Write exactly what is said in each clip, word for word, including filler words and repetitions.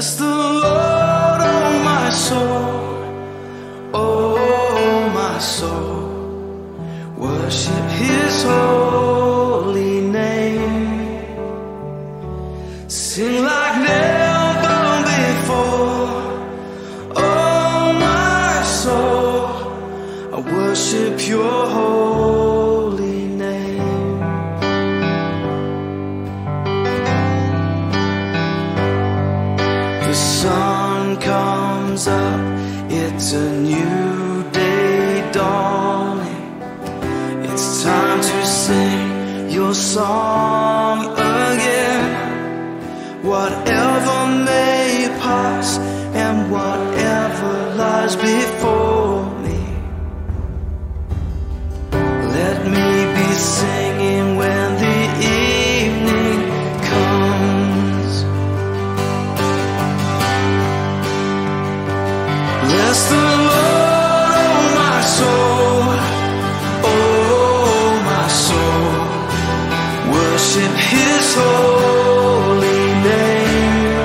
Bless the Lord, oh my soul, oh my soul. Worship His holy name. Sing like never before, oh my soul. I worship Your holy name. The sun comes up, it's a new day dawning. It's time to sing Your song again. Whatever may pass and whatever lies before me, let me be singing when the evening comes. Bless the Lord, oh my soul, oh my soul. Worship His holy name.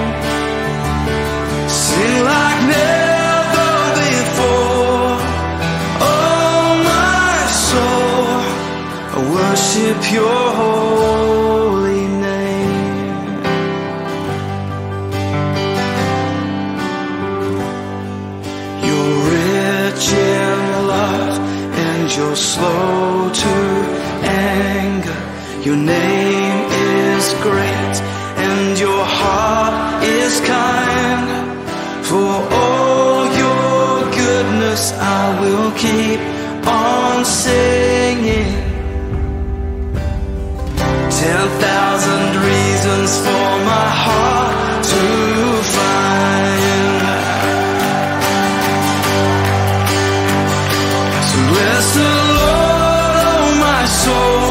Sing like never before, oh my soul. I worship Your holy name. You're rich in love and You're slow to anger. Your name is great and Your heart is kind. For all Your goodness I will keep on singing. Ten thousand reasons for my heart to find. So bless the Lord, oh my soul,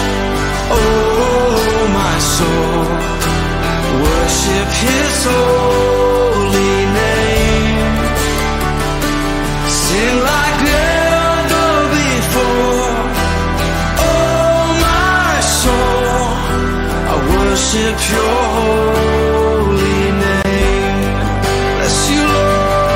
oh my soul. Worship His holy name. Sing like never before, oh my soul. I worship Your holy name. Bless You, Lord.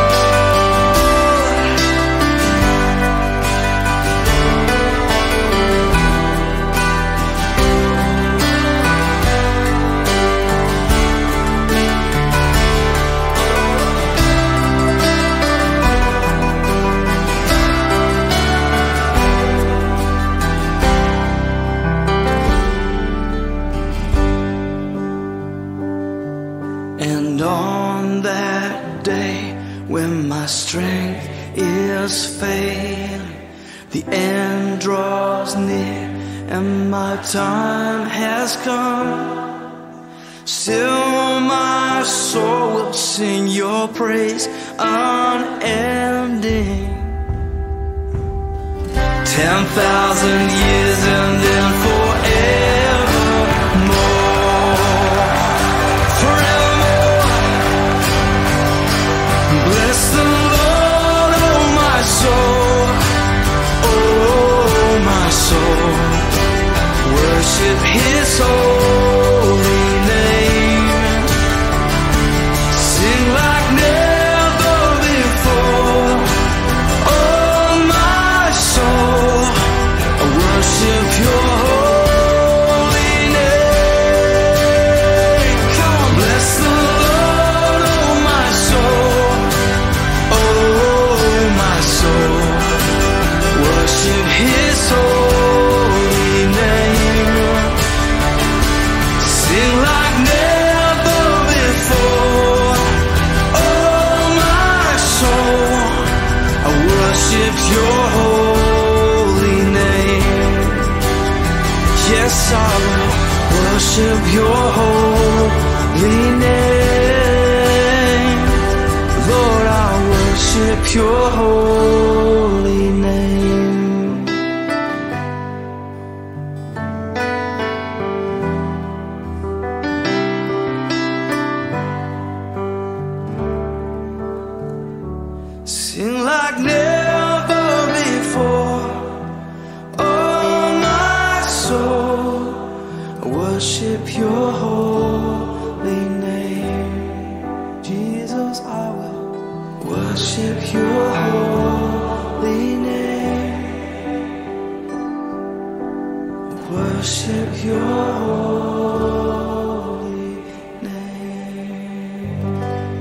And on that day when my strength is failing, the end draws near and my time has come, still my soul will sing Your praise unending. Ten thousand years and then forevermore, forevermore. Bless the Lord, oh my soul, oh my soul. Worship His holy name. Sing like never before, oh my soul. I worship Your holy name. Come on, bless the Lord, oh my soul, oh my soul. Worship His holy name. Sing like never before, oh my soul. I worship Your holy name. Yes, I will worship Your holy name. Lord, I worship Your holy name. Sing like never before, oh my soul. I worship Your holy name, Jesus. worship your holy name, worship your holy name.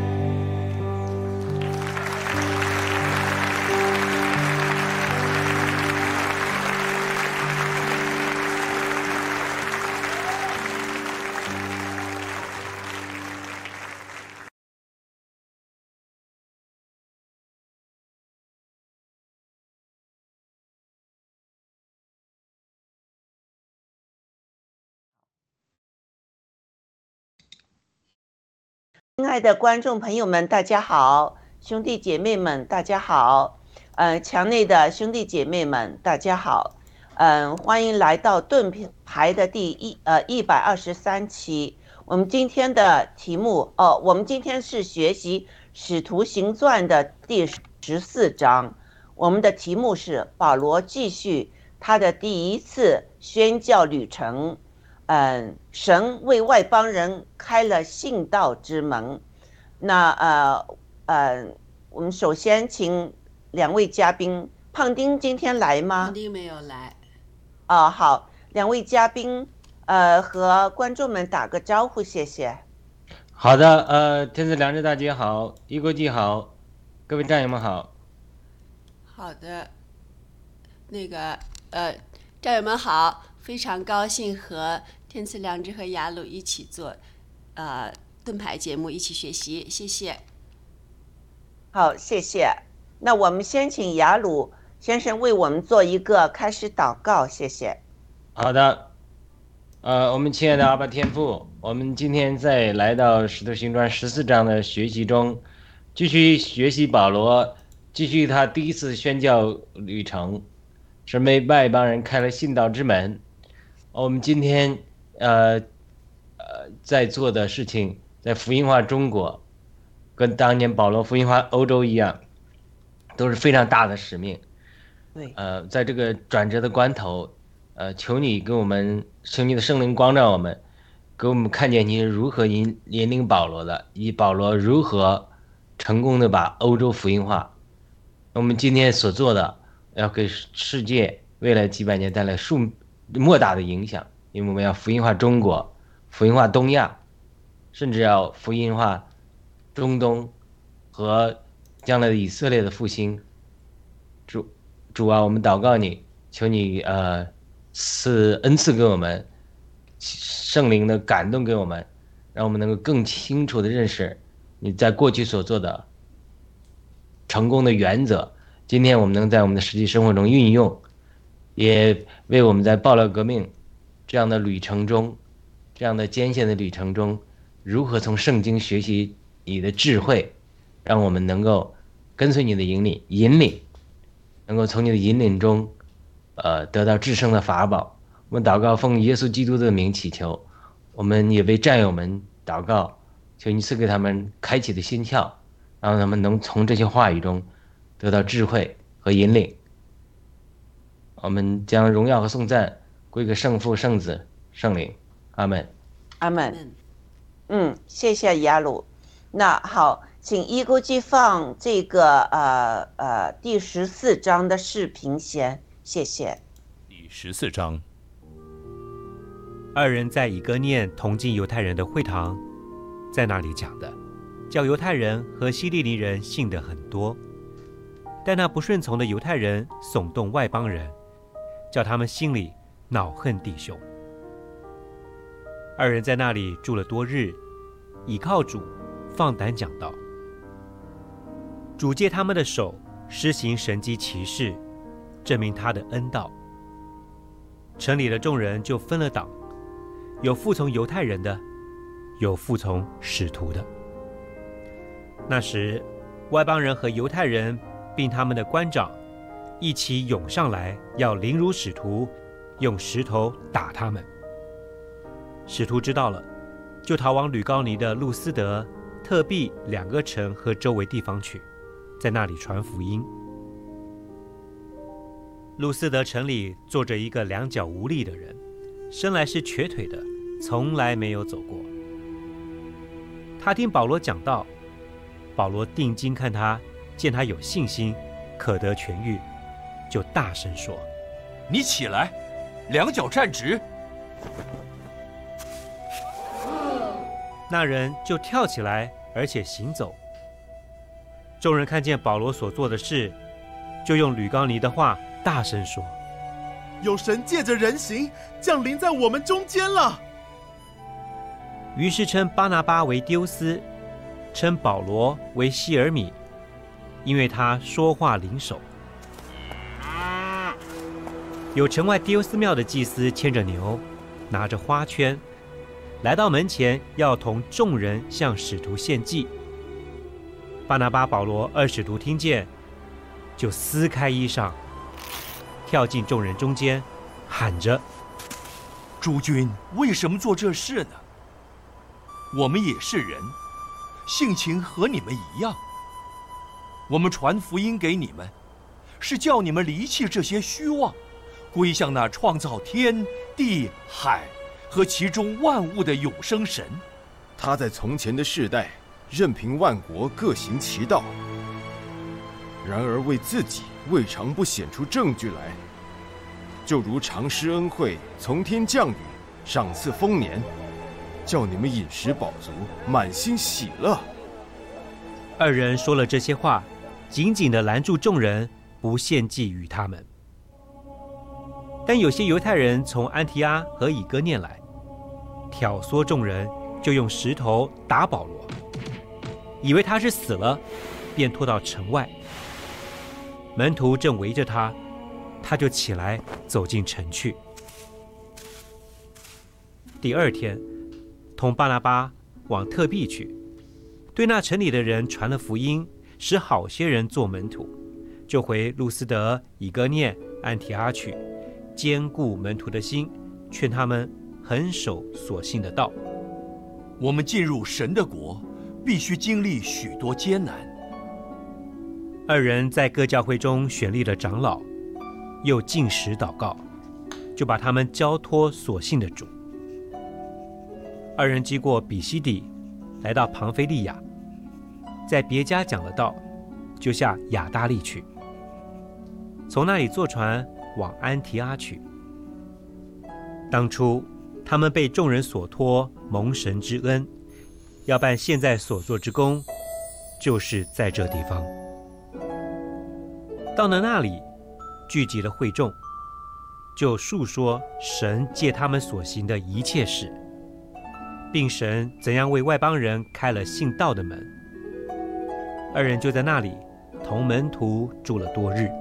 亲爱的观众朋友们，大家好！兄弟姐妹们，大家好！呃，墙内的兄弟姐妹们，大家好！嗯、呃，欢迎来到盾牌的第一呃一百二十三期。我们今天的题目哦，我们今天是学习《使徒行传》的第十四章。我们的题目是保罗继续他的第一次宣教旅程。嗯，神为外邦人开了信道之门。那呃呃，我们首先请两位嘉宾，胖丁今天来吗？ 胖丁没有来。 啊，好，两位嘉宾，呃，和观众们打个招呼，谢谢。 好的，呃，天赐良知大姐好，一国际好，各位战友们好。 好的，那个呃，战友们好，非常高兴和天赐良知和雅鲁一起做呃盾牌节目，一起学习，谢谢。 好，谢谢。那我们先请雅鲁先生为我们做一个开始祷告，谢谢。 好的，呃，我们亲爱的阿爸天父，我们今天在来到《使徒行传》十四章的学习中，继续学习保罗，继续他第一次宣教旅程，是为外邦人开了信道之门。我们今天呃呃在做的事情，在福音化中国，跟当年保罗福音化欧洲一样，都是非常大的使命。 对， 呃，在这个转折的关头，呃，求你给我们，求你的圣灵光照我们，给我们看见你是如何引引领保罗的，以及保罗如何成功的把欧洲福音化。我们今天所做的，要给世界未来几百年带来数莫大的影响，因为我们要福音化中国，福音化东亚，甚至要福音化中东和将来的以色列的复兴。主主啊，我们祷告你，求你呃赐恩赐给我们圣灵的感动给我们，让我们能够更清楚的认识你在过去所做的成功的原则，今天我们能在我们的实际生活中运用，也为我们在爆料革命这样的旅程中，这样的艰险的旅程中，如何从圣经学习你的智慧，让我们能够跟随你的引领引领能够从你的引领中呃得到至圣的法宝。我们祷告奉耶稣基督的名祈求，我们也为战友们祷告，求你赐给他们开启的心窍，让他们能从这些话语中得到智慧和引领。我们将荣耀和颂赞归给圣父、圣子、圣灵。阿门。 阿门。嗯，谢谢雅鲁。那好，请一估计放这个呃呃第十四章的视频先，谢谢。 第十四章， 二人在以哥念同进犹太人的会堂，在那里讲的，叫犹太人和希利尼人信得很多。但那不顺从的犹太人耸动外邦人，叫他们心里恼恨弟兄。二人在那里住了多日，倚靠主，放胆讲道。主借他们的手施行神迹奇事，证明他的恩道。城里的众人就分了党，有服从犹太人的，有服从使徒的。那时，外邦人和犹太人并他们的官长一起涌上来，要凌辱使徒，用石头打他们。使徒知道了，就逃往吕高尼的路斯德、特庇两个城和周围地方去，在那里传福音。路斯德城里坐着一个两脚无力的人，生来是瘸腿的，从来没有走过。他听保罗讲道，保罗定睛看他， 见他有信心，可得痊愈，就大声说：“ 你起来，两脚站直。” 那人就跳起来，而且行走。众人看见保罗所做的事，就用吕高尼的话大声说：“ 有神借着人形降临在我们中间了。” 于是称巴拿巴为丢斯，称保罗为希尔米，因为他说话灵手。有城外丢斯庙的祭司牵着牛，拿着花圈，来到门前，要同众人向使徒献祭。巴拿巴、保罗二使徒听见，就撕开衣裳，跳进众人中间，喊着：“ 诸君为什么做这事呢？我们也是人，性情和你们一样。我们传福音给你们，是叫你们离弃这些虚妄，归向那创造天地海和其中万物的永生神。 他在从前的世代，任凭万国各行其道，然而为自己未尝不显出证据来，就如常施恩惠，从天降雨，赏赐丰年，叫你们饮食饱足，满心喜乐。” 二人说了这些话，紧紧地拦住众人，不献祭与他们。但有些犹太人从安提阿和以哥念来，挑唆众人，就用石头打保罗，以为他是死了，便拖到城外。门徒正围着他，他就起来走进城去。第二天，同巴拿巴往特庇去，对那城里的人传了福音，使好些人做门徒，就回路斯德、以哥念、安提阿去，坚固门徒的心，劝他们恒守所信的道。 我们进入神的国，必须经历许多艰难。 二人在各教会中选立了长老，又禁食祷告，就把他们交托所信的主。二人经过比西底，来到庞菲利亚，在别家讲了道，就下亚大利去，从那里坐船往安提阿去。当初他们被众人所托，蒙神之恩，要办现在所做之功，就是在这地方。到了那里，聚集了会众，就述说神借他们所行的一切事，并神怎样为外邦人开了信道的门。二人就在那里同门徒住了多日。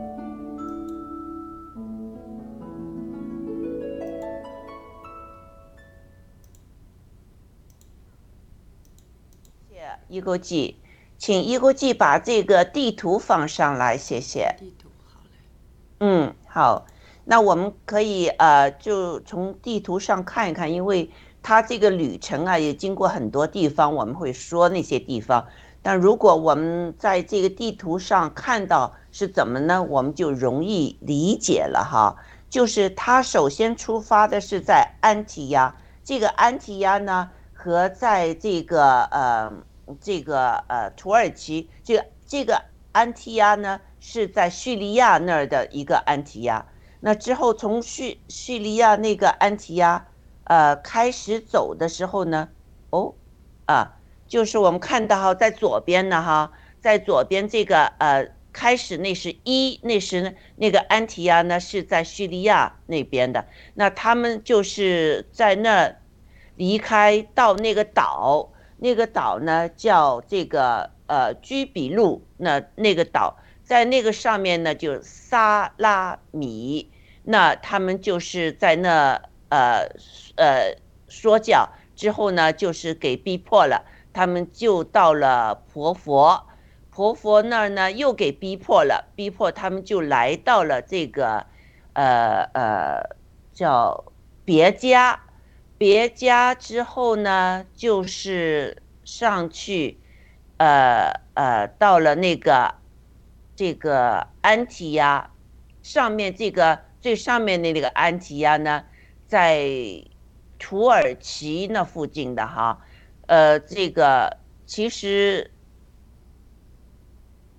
一勾记，请一勾记把这个地图放上来，谢谢。 地图好嘞。 嗯，好，那我们可以呃，就从地图上看一看，因为它这个旅程啊，也经过很多地方，我们会说那些地方。但如果我们在这个地图上看到是怎么呢，我们就容易理解了哈。就是他首先出发的是在安提亚，这个安提亚呢和在这个呃。这个呃，土耳其这个这个安提亚呢，是在叙利亚那儿的一个安提亚。那之后从叙叙利亚那个安提亚，呃，开始走的时候呢，哦，啊，就是我们看到哈，在左边呢哈，在左边这个呃，开始那是一，那是那个安提亚呢是在叙利亚那边的。那他们就是在那离开到那个岛。那个岛呢叫这个呃居比路，那那个岛在那个上面呢就萨拉米，那他们就是在那呃呃说教之后呢，就是给逼迫了，他们就到了婆佛，婆佛那儿呢又给逼迫了，逼迫他们就来到了这个呃呃叫别家。别家之后呢，就是上去，呃呃，到了那个这个安提亚上面，这个最上面的那个安提亚呢，在土耳其那附近的哈，呃，这个其实现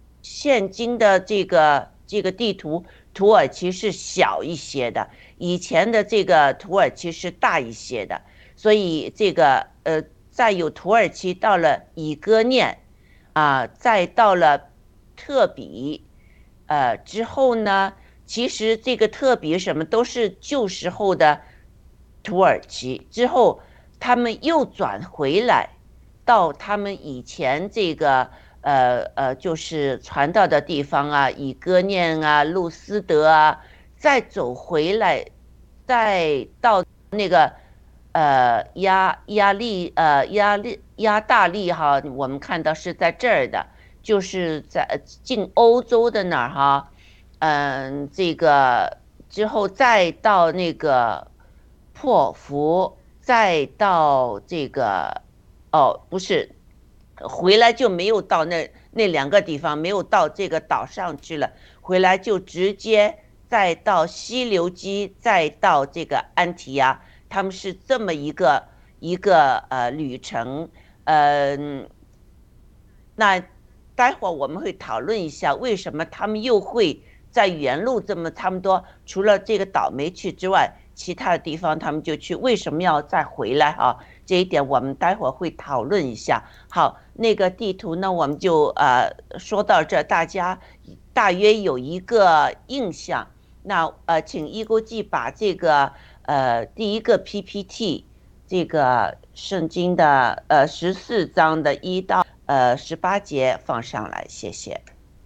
现今的这个这个地图，土耳其是小一些的，以前的这个土耳其是大一些的，所以这个呃，再有土耳其到了以哥念啊，再到了特比，呃之后呢，其实这个特比什么都是旧时候的土耳其，之后他们又转回来到他们以前这个。呃呃，就是传道的地方啊，以哥念啊、路斯德啊，再走回来，再到那个呃亚亚利呃亚利亚大利哈，我们看到是在这儿的，就是在进欧洲的那儿哈，嗯、呃，这个之后再到那个破伏，再到这个哦，不是。回来就没有到那那两个地方，没有到这个岛上去了，回来就直接再到西流基，再到这个安提亚，他们是这么一个一个呃旅程，嗯、呃，那待会儿我们会讨论一下为什么他们又会在原路这么他们多，除了这个岛没去之外，其他的地方他们就去，为什么要再回来啊？这一点我们待会儿会讨论一下。好，那个地图呢，我们就呃说到这，大家大约有一个印象。那呃，请一国际把这个呃第一个 P P T 这个圣经的呃十四章的一到呃十八节放上来，谢谢。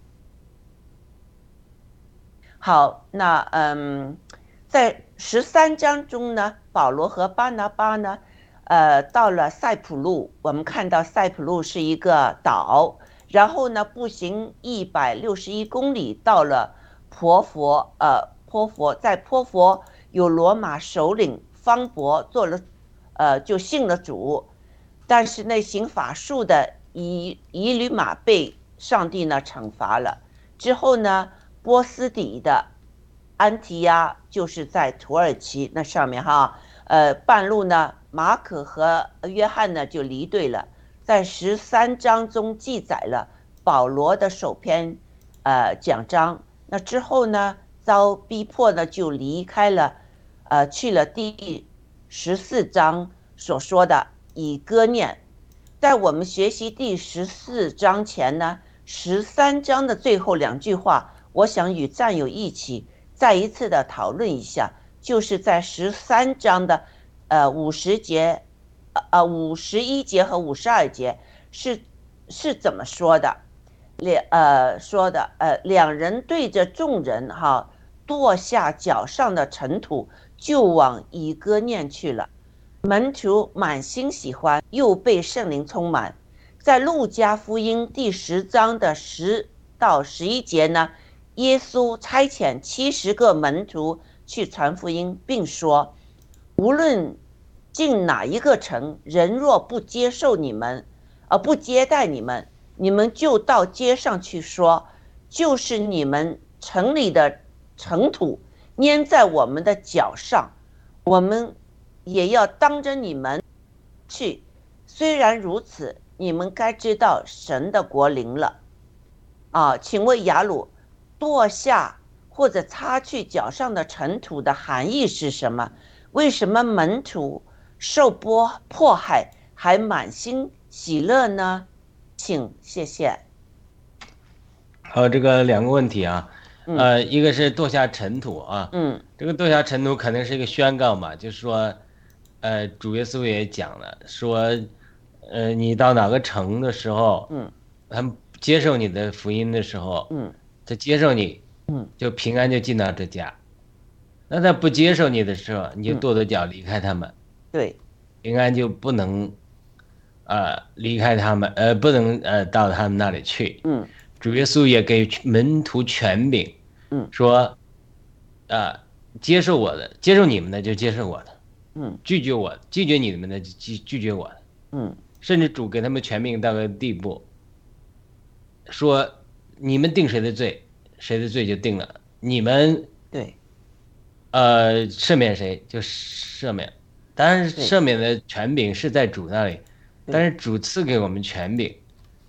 好，那嗯，在十三章中呢，保罗和巴拿巴呢。呃，到了塞浦路，我们看到塞浦路是一个岛，然后呢，步行一百六十一公里到了婆佛，呃，婆佛在婆佛有罗马首领方伯做了，呃，就信了主，但是那行法术的以以吕马被上帝呢惩罚了。之后呢，波斯底的安提亚就是在土耳其那上面哈，呃，半路呢。马可和约翰呢就离队了，在十三章中记载了保罗的首篇呃讲章。那之后呢，遭逼迫呢就离开了，呃去了第十四章所说的以哥念。在我们学习第十四章前呢，十三章的最后两句话，我想与战友一起再一次的讨论一下，就是在十三章的。呃，五十节，呃，五十一节和五十二节是是怎么说的？两呃说的呃，两人对着众人哈，跺下脚上的尘土，就往以哥念去了。门徒满心喜欢，又被圣灵充满。在路加福音第十章的十到十一节呢，耶稣差遣七十个门徒去传福音，并说，无论进哪一个城，人若不接受你们，而不接待你们，你们就到街上去说，就是你们城里的尘土粘在我们的脚上，我们也要当着你们去。虽然如此，你们该知道神的国临了。啊，请问雅鲁，跺下或者擦去脚上的尘土的含义是什么？为什么门徒受迫迫害还满心喜乐呢？请，谢谢。 好，这个两个问题啊，嗯、呃，一个是跺下尘土啊， 嗯， 这个跺下尘土可能是一个宣告嘛，就是说，呃，主耶稣也讲了，说，呃，你到哪个城的时候， 嗯， 他们接受你的福音的时候， 嗯， 他接受你， 嗯， 就平安就进到这家。那他不接受你的时候，你就跺跺脚离开他们。 嗯、对， 平安就不能，呃，离开他们，呃，不能呃到他们那里去。 嗯， 主耶稣也给门徒权柄， 嗯， 说，啊、呃，接受我的，接受你们的就接受我的， 嗯， 拒绝我，拒绝你们的就拒拒绝我的， 嗯， 甚至主给他们权柄到个地步，说你们定谁的罪，谁的罪就定了，你们对。 呃，赦免谁就赦免，当然赦免的权柄是在主那里，但是主赐给我们权柄，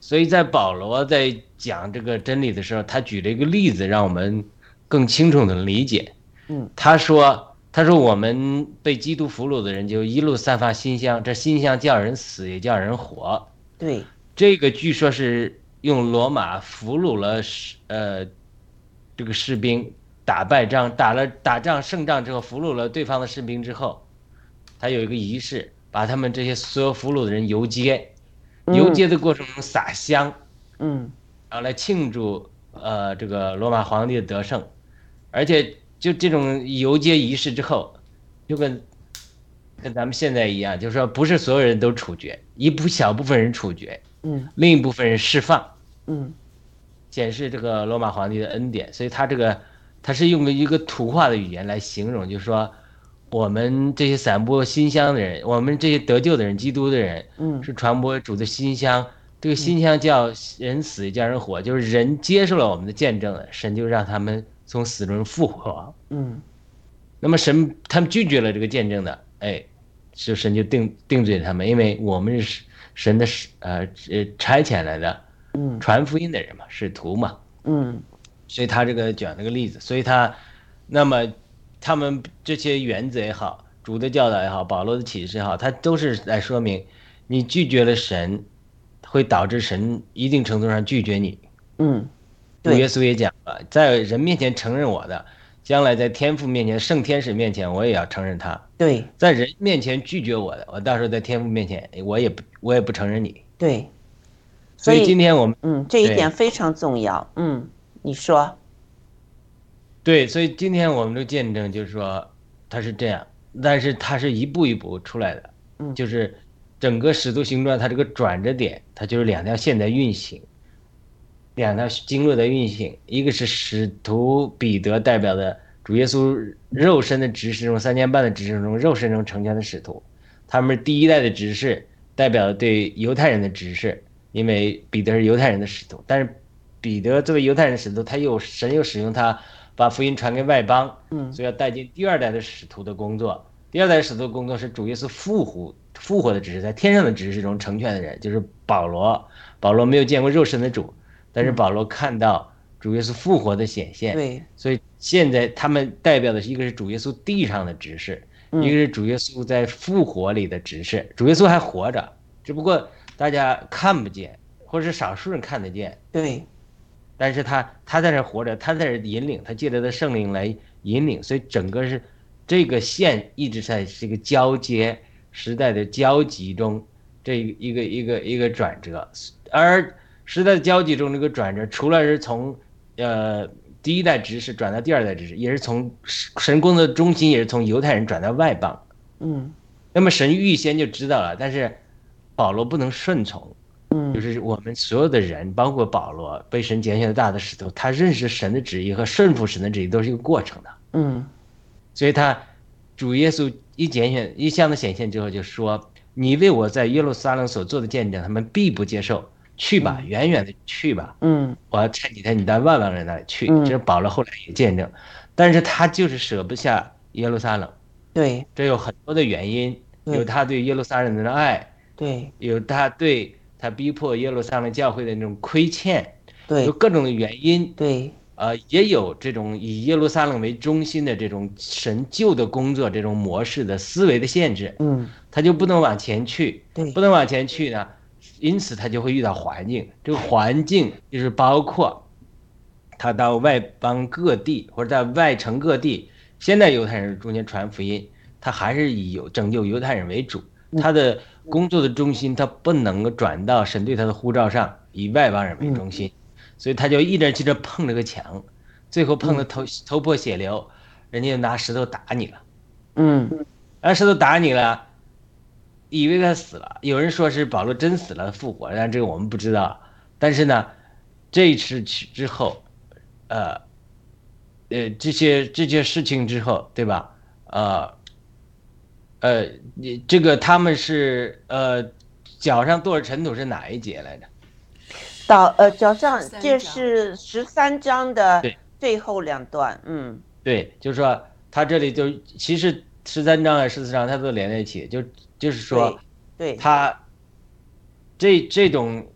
所以在保罗在讲这个真理的时候，他举了一个例子，让我们更清楚的理解。 嗯， 他说，他说我们被基督俘虏的人就一路散发馨香，这馨香叫人死，也叫人活。 对， 这个据说是用罗马俘虏了呃这个士兵，打败仗，打了打仗胜仗之后，俘虏了对方的士兵之后，他有一个仪式，把他们这些所有俘虏的人游街。游街的过程中撒香， 嗯， 然后来庆祝呃这个罗马皇帝的得胜，而且就这种游街仪式之后，就跟跟咱们现在一样，就是说不是所有人都处决，一部小部分人处决， 嗯， 另一部分人释放， 嗯， 显示这个罗马皇帝的恩典。所以他这个他是用一个图画的语言来形容，就是说我们这些散播馨香的人，我们这些得救的人，基督的人， 嗯， 是传播主的馨香。这个馨香叫人死，叫人活，就是人接受了我们的见证了，神就让他们从死中复活。 嗯， 那么神他们拒绝了这个见证的，哎，就神就定定罪他们，因为我们是神的呃呃差遣来的， 嗯， 传福音的人嘛，使徒嘛， 嗯， 所以他这个举了个例子，所以他那么。他们这些原则也好，主的教导也好，保罗的启示也好，他都是来说明，你拒绝了神，会导致神一定程度上拒绝你。 嗯， 主耶稣也讲了，在人面前承认我的，将来在天父面前、圣天使面前，我也要承认他。 对， 在人面前拒绝我的，我到时候在天父面前，我也不我也不承认你。 对， 所以今天我们嗯，这一点非常重要。嗯，你说。 对，所以今天我们的见证就是说，它是这样，但是它是一步一步出来的， 嗯， 就是整个使徒行传它这个转折点，它就是两条线在运行，两条经络在运行，一个是使徒彼得代表的主耶稣肉身的执事中三年半的执事中肉身中成全的使徒，他们是第一代的执事，代表了对犹太人的执事，因为彼得是犹太人的使徒，但是彼得作为犹太人的使徒，他又神又使用他。把福音传给外邦， 嗯， 所以要带进第二代的使徒的工作。第二代使徒的工作是主耶稣复活复活的指示，在天上的指示中成全的人，就是保罗。保罗没有见过肉身的主，但是保罗看到主耶稣复活的显现。 对， 所以现在他们代表的是一个是主耶稣地上的指示，一个是主耶稣在复活里的指示。主耶稣还活着，只不过大家看不见，或者是少数人看得见。 对。 但是他他在这活着，他在这引领，他借着的圣灵来引领，所以整个是这个线一直在这个交接时代的交集中，这一个一个一个转折。而时代的交集中这个转折，除了是从呃第一代执事转到第二代执事，也是从神工作的中心也是从犹太人转到外邦。 嗯， 那么神预先就知道了，但是保罗不能顺从。就是我们所有的人，包括保罗被神拣选的大的使徒，他认识神的旨意和顺服神的旨意都是一个过程的。 嗯， 所以他主耶稣一拣选一向的显现之后，就说：“你为我在耶路撒冷所做的见证，他们必不接受。去吧， 嗯、 远远的去吧。 嗯， 我要差遣你到万万人那里去。 嗯” 这是保罗后来也见证，但是他就是舍不下耶路撒冷。 对， 这有很多的原因，有他对耶路撒冷人的爱， 对， 有他对。他逼迫耶路撒冷教会的那种亏欠， 对， 有各种的原因， 对， 呃，也有这种以耶路撒冷为中心的这种神救的工作这种模式的思维的限制， 嗯， 他就不能往前去， 对， 不能往前去呢，因此他就会遇到环境，这个环境就是包括他到外邦各地或者在外城各地，现在犹太人中间传福音，他还是以有拯救犹太人为主。他的工作的中心，他不能够转到神对他的呼召上，以外邦人为中心，所以他就一直去这碰这个墙，最后碰得头头破血流，人家就拿石头打你了， 嗯， 拿石头打你了，以为他死了，有人说是保罗真死了复活，但这个我们不知道。但是呢，这一次之后，呃，呃这些这些事情之后，对吧？呃。呃，你这个他们是呃脚上跺着尘土是哪一节来着？ 到呃脚上这是十三章的最后两段，嗯， 对，就是说他这里就其实十三章啊十四章它都连在一起，就就是说， 对， 他这这种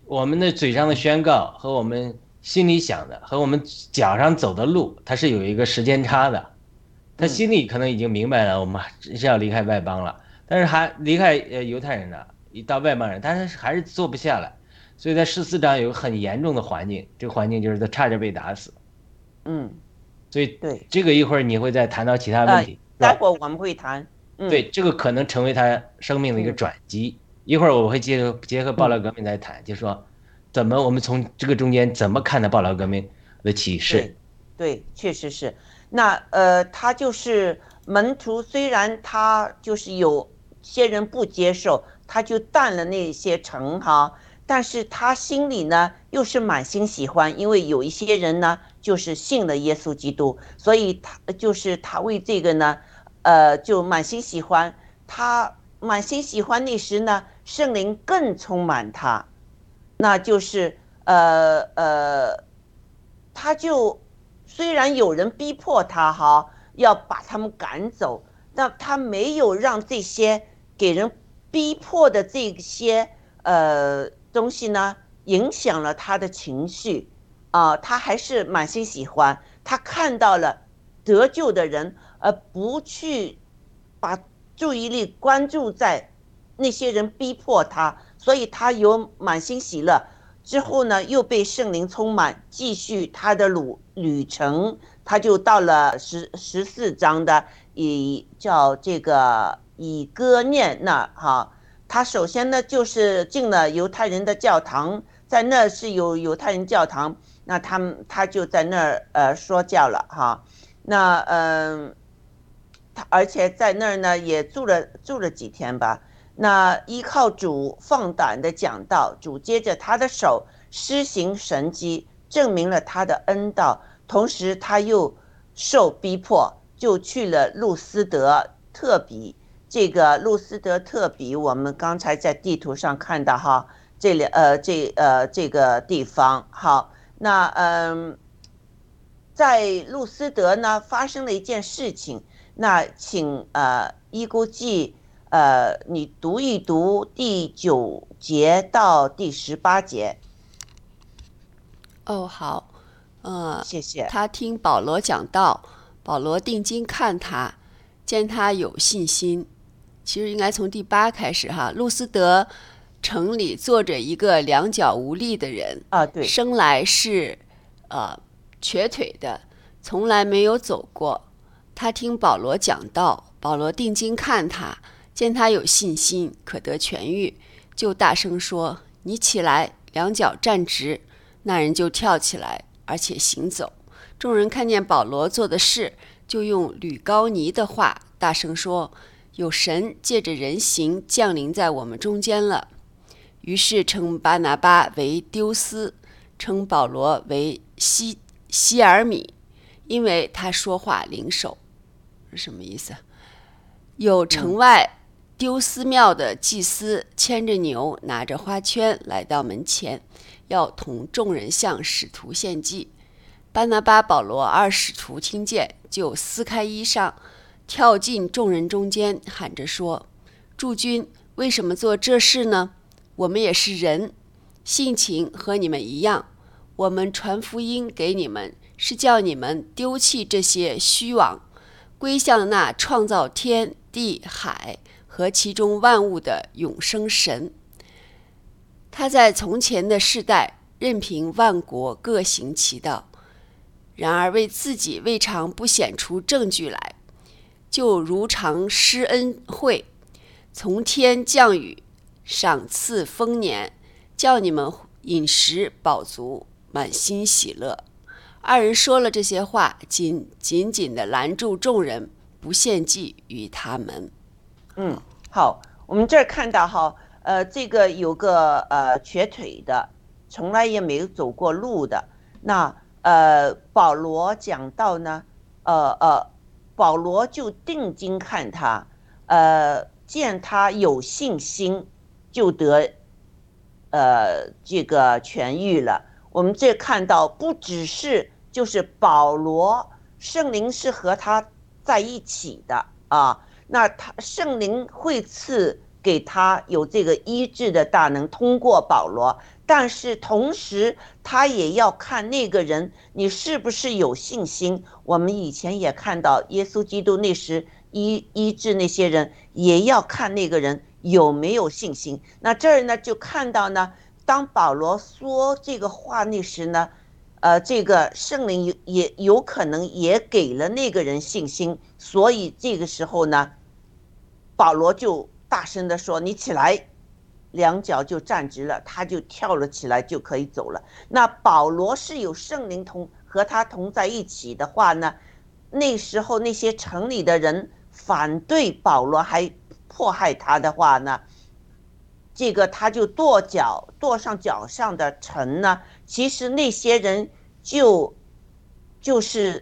我们的嘴上的宣告和我们心里想的和我们脚上走的路，它是有一个时间差的。他心里可能已经明白了，我们是要离开外邦了，但是还离开呃犹太人了，一到外邦人，但是还是坐不下来。所以在十四章有个很严重的环境，这个环境就是他差点被打死。 嗯， 所以对， 这个一会儿你会再谈到其他问题。 呃、待会儿我们会谈。嗯、 对，这个可能成为他生命的一个转机。嗯、一会儿我会结合结合报道革命来谈，嗯、就说怎么我们从这个中间怎么看待报道革命的启示。 对，对，确实是。那呃，他就是门徒，虽然他就是有些人不接受，他就淡了那些城哈，但是他心里呢又是满心喜欢，因为有一些人呢就是信了耶稣基督，所以他就是他为这个呢，呃，就满心喜欢。他满心喜欢那时呢，圣灵更充满他，那就是呃呃，他就。虽然有人逼迫他哈，要把他们赶走，但他没有让这些给人逼迫的这些呃东西呢，影响了他的情绪啊、呃，他还是满心喜欢。他看到了得救的人，而不去把注意力关注在那些人逼迫他，所以他有满心喜乐。之后呢，又被圣灵充满，继续他的旅旅程，他就到了十十四章的以叫这个以哥念那哈。他首先呢就是进了犹太人的教堂，在那是有犹太人教堂，那他们他就在那儿呃说教了哈。那嗯、呃，他而且在那儿呢也住了住了几天吧。那依靠主放胆的讲道，主接着他的手施行神迹，证明了他的恩道。同时他又受逼迫，就去了路斯德特比。这个路斯德特比，我们刚才在地图上看到哈，这里呃这呃这个地方。好，那嗯、呃，在路斯德呢发生了一件事情，那请呃伊估记。呃，你读一读第九节到第十八节。 哦，好，呃， 谢谢。 他听保罗讲道，保罗定睛看他，见他有信心。其实应该从第八开始哈。路斯德城里坐着一个两脚无力的人啊，对， 生来是呃瘸腿的，从来没有走过。他听保罗讲道，保罗定睛看他。见他有信心，可得痊愈，就大声说：“你起来，两脚站直。”那人就跳起来，而且行走。众人看见保罗做的事，就用吕高尼的话大声说：“有神借着人形降临在我们中间了。”于是称巴拿巴为丢斯，称保罗为西西尔米，因为他说话灵手。是什么意思？有城外丢斯庙的祭司牵着牛，拿着花圈来到门前，要同众人向使徒献祭。巴拿巴、保罗二使徒听见，就撕开衣裳，跳进众人中间，喊着说：“诸君，为什么做这事呢？我们也是人，性情和你们一样。我们传福音给你们，是叫你们丢弃这些虚妄，归向那创造天地海和其中万物的永生神。他在从前的世代任凭万国各行其道，然而为自己未尝不显出证据来，就如常施恩惠，从天降雨，赏赐丰年，叫你们饮食饱足，满心喜乐。”二人说了这些话，紧紧紧地拦住众人，不献祭于他们。 嗯，好，我们这儿看到哈，呃，这个有个呃瘸腿的，从来也没有走过路的。那呃，保罗讲到呢，呃呃，保罗就定睛看他，呃，见他有信心，就得呃这个痊愈了。我们这看到不只是就是保罗，圣灵是和他在一起的啊。那他圣灵会赐给他有这个医治的大能，通过保罗，但是同时他也要看那个人你是不是有信心。我们以前也看到耶稣基督那时医医治那些人，也要看那个人有没有信心。那这儿呢就看到呢，当保罗说这个话那时呢，呃，这个圣灵也有可能也给了那个人信心，所以这个时候呢，保罗就大声的说：“你起来！”两脚就站直了，他就跳了起来，就可以走了。那保罗是有圣灵同和他同在一起的话呢，那时候那些城里的人反对保罗还迫害他的话呢，这个他就跺脚，跺上脚上的尘呢，其实那些人就就是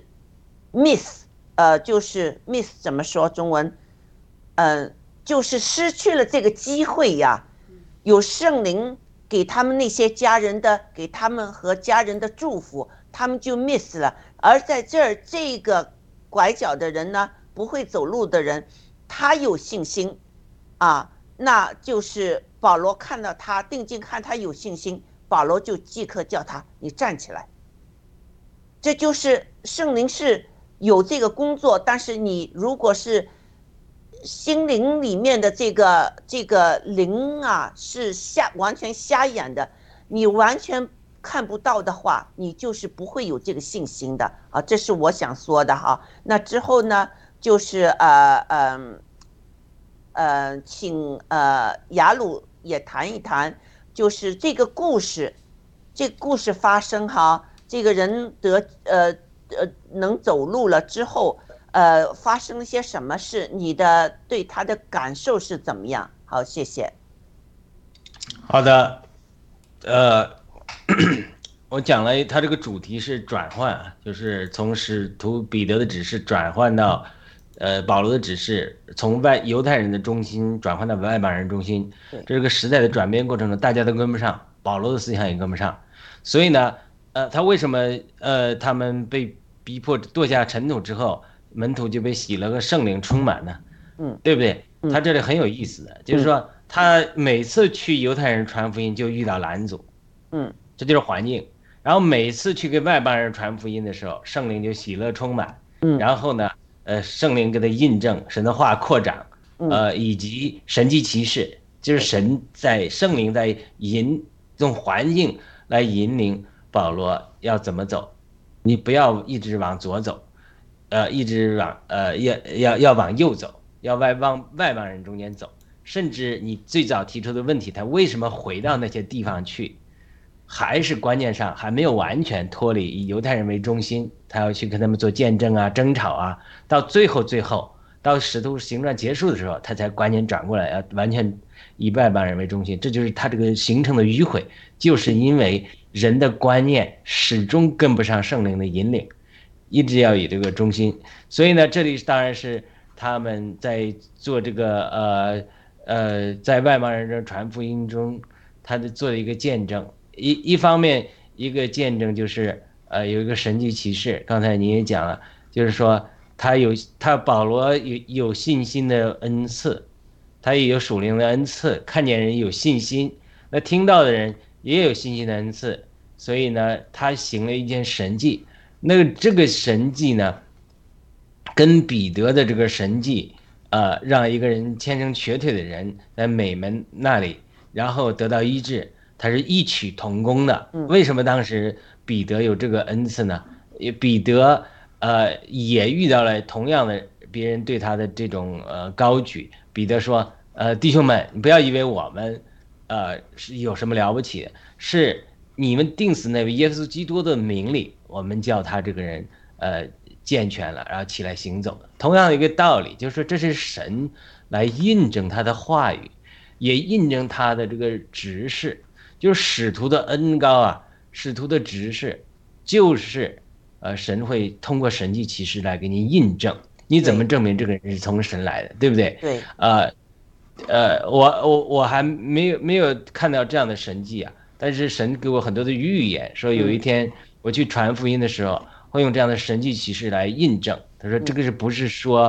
miss， 呃，就是 miss 怎么说中文？嗯、呃，就是失去了这个机会呀。有圣灵给他们那些家人的，给他们和家人的祝福，他们就 miss 了。而在这儿，这个拐角的人呢，不会走路的人，他有信心啊，那就是保罗看到他，定睛看他有信心，保罗就即刻叫他你站起来。这就是圣灵是有这个工作，但是你如果是心灵里面的这个这个灵啊，是瞎完全瞎眼的，你完全看不到的话，你就是不会有这个信心的啊。这是我想说的哈。那之后呢，就是呃呃呃，请呃雅鲁也谈一谈，就是这个故事，这个故事发生哈，这个人得呃呃能走路了之后。呃，发生了些什么事？你的对他的感受是怎么样？好，谢谢。 好的，呃，我讲了，他这个主题是转换，就是从使徒彼得的指示转换到，呃，保罗的指示，从外犹太人的中心转换到外邦人中心，这是个时代的转变过程中，大家都跟不上，保罗的思想也跟不上，所以呢，呃，他为什么呃他们被逼迫堕下尘土之后？门徒就被洗了个圣灵充满呢， 嗯， 对不对？他这里很有意思的，嗯、就是说他每次去犹太人传福音就遇到拦阻， 嗯， 这就是环境。然后每次去给外邦人传福音的时候，圣灵就喜乐充满， 嗯， 然后呢，呃，圣灵给他印证神的话扩展，呃，以及神迹奇事，就是神在圣灵在引这种环境来引领保罗要怎么走，你不要一直往左走。呃，一直往呃要要要往右走，要外往外邦人中间走，甚至你最早提出的问题，他为什么回到那些地方去，还是关键上还没有完全脱离以犹太人为中心，他要去跟他们做见证啊、争吵啊，到最后最后到使徒行传结束的时候，他才关键转过来，要完全以外邦人为中心。这就是他这个形成的迂回，就是因为人的观念始终跟不上圣灵的引领。一直要以这个中心，所以呢，这里当然是他们在做这个呃呃，在外邦人这传福音中，他的做的一个见证。一一方面，一个见证就是呃有一个神迹奇事，刚才你也讲了，就是说他有他保罗有有信心的恩赐，他也有属灵的恩赐，看见人有信心，那听到的人也有信心的恩赐，所以呢，他行了一件神迹。那个这个神迹呢，跟彼得的这个神迹，呃，让一个人天生瘸腿的人在美门那里，然后得到医治，它是异曲同工的。为什么当时彼得有这个恩赐呢？彼得呃也遇到了同样的别人对他的这种呃高举。彼得说：“呃，弟兄们，你不要以为我们呃是有什么了不起的，是你们定死那位耶稣基督的名里。”我们叫他这个人，呃，健全了，然后起来行走的。同样的一个道理，就是说这是神来印证他的话语，也印证他的这个执事，就是使徒的恩膏啊，使徒的执事，就是呃，神会通过神迹奇事来给你印证。你怎么证明这个人是从神来的，对不对？ 对。 呃，呃，我我我还没有没有看到这样的神迹啊，但是神给我很多的预言，说有一天。我去传福音的时候，会用这样的神迹奇事来印证。他说这个是不是说，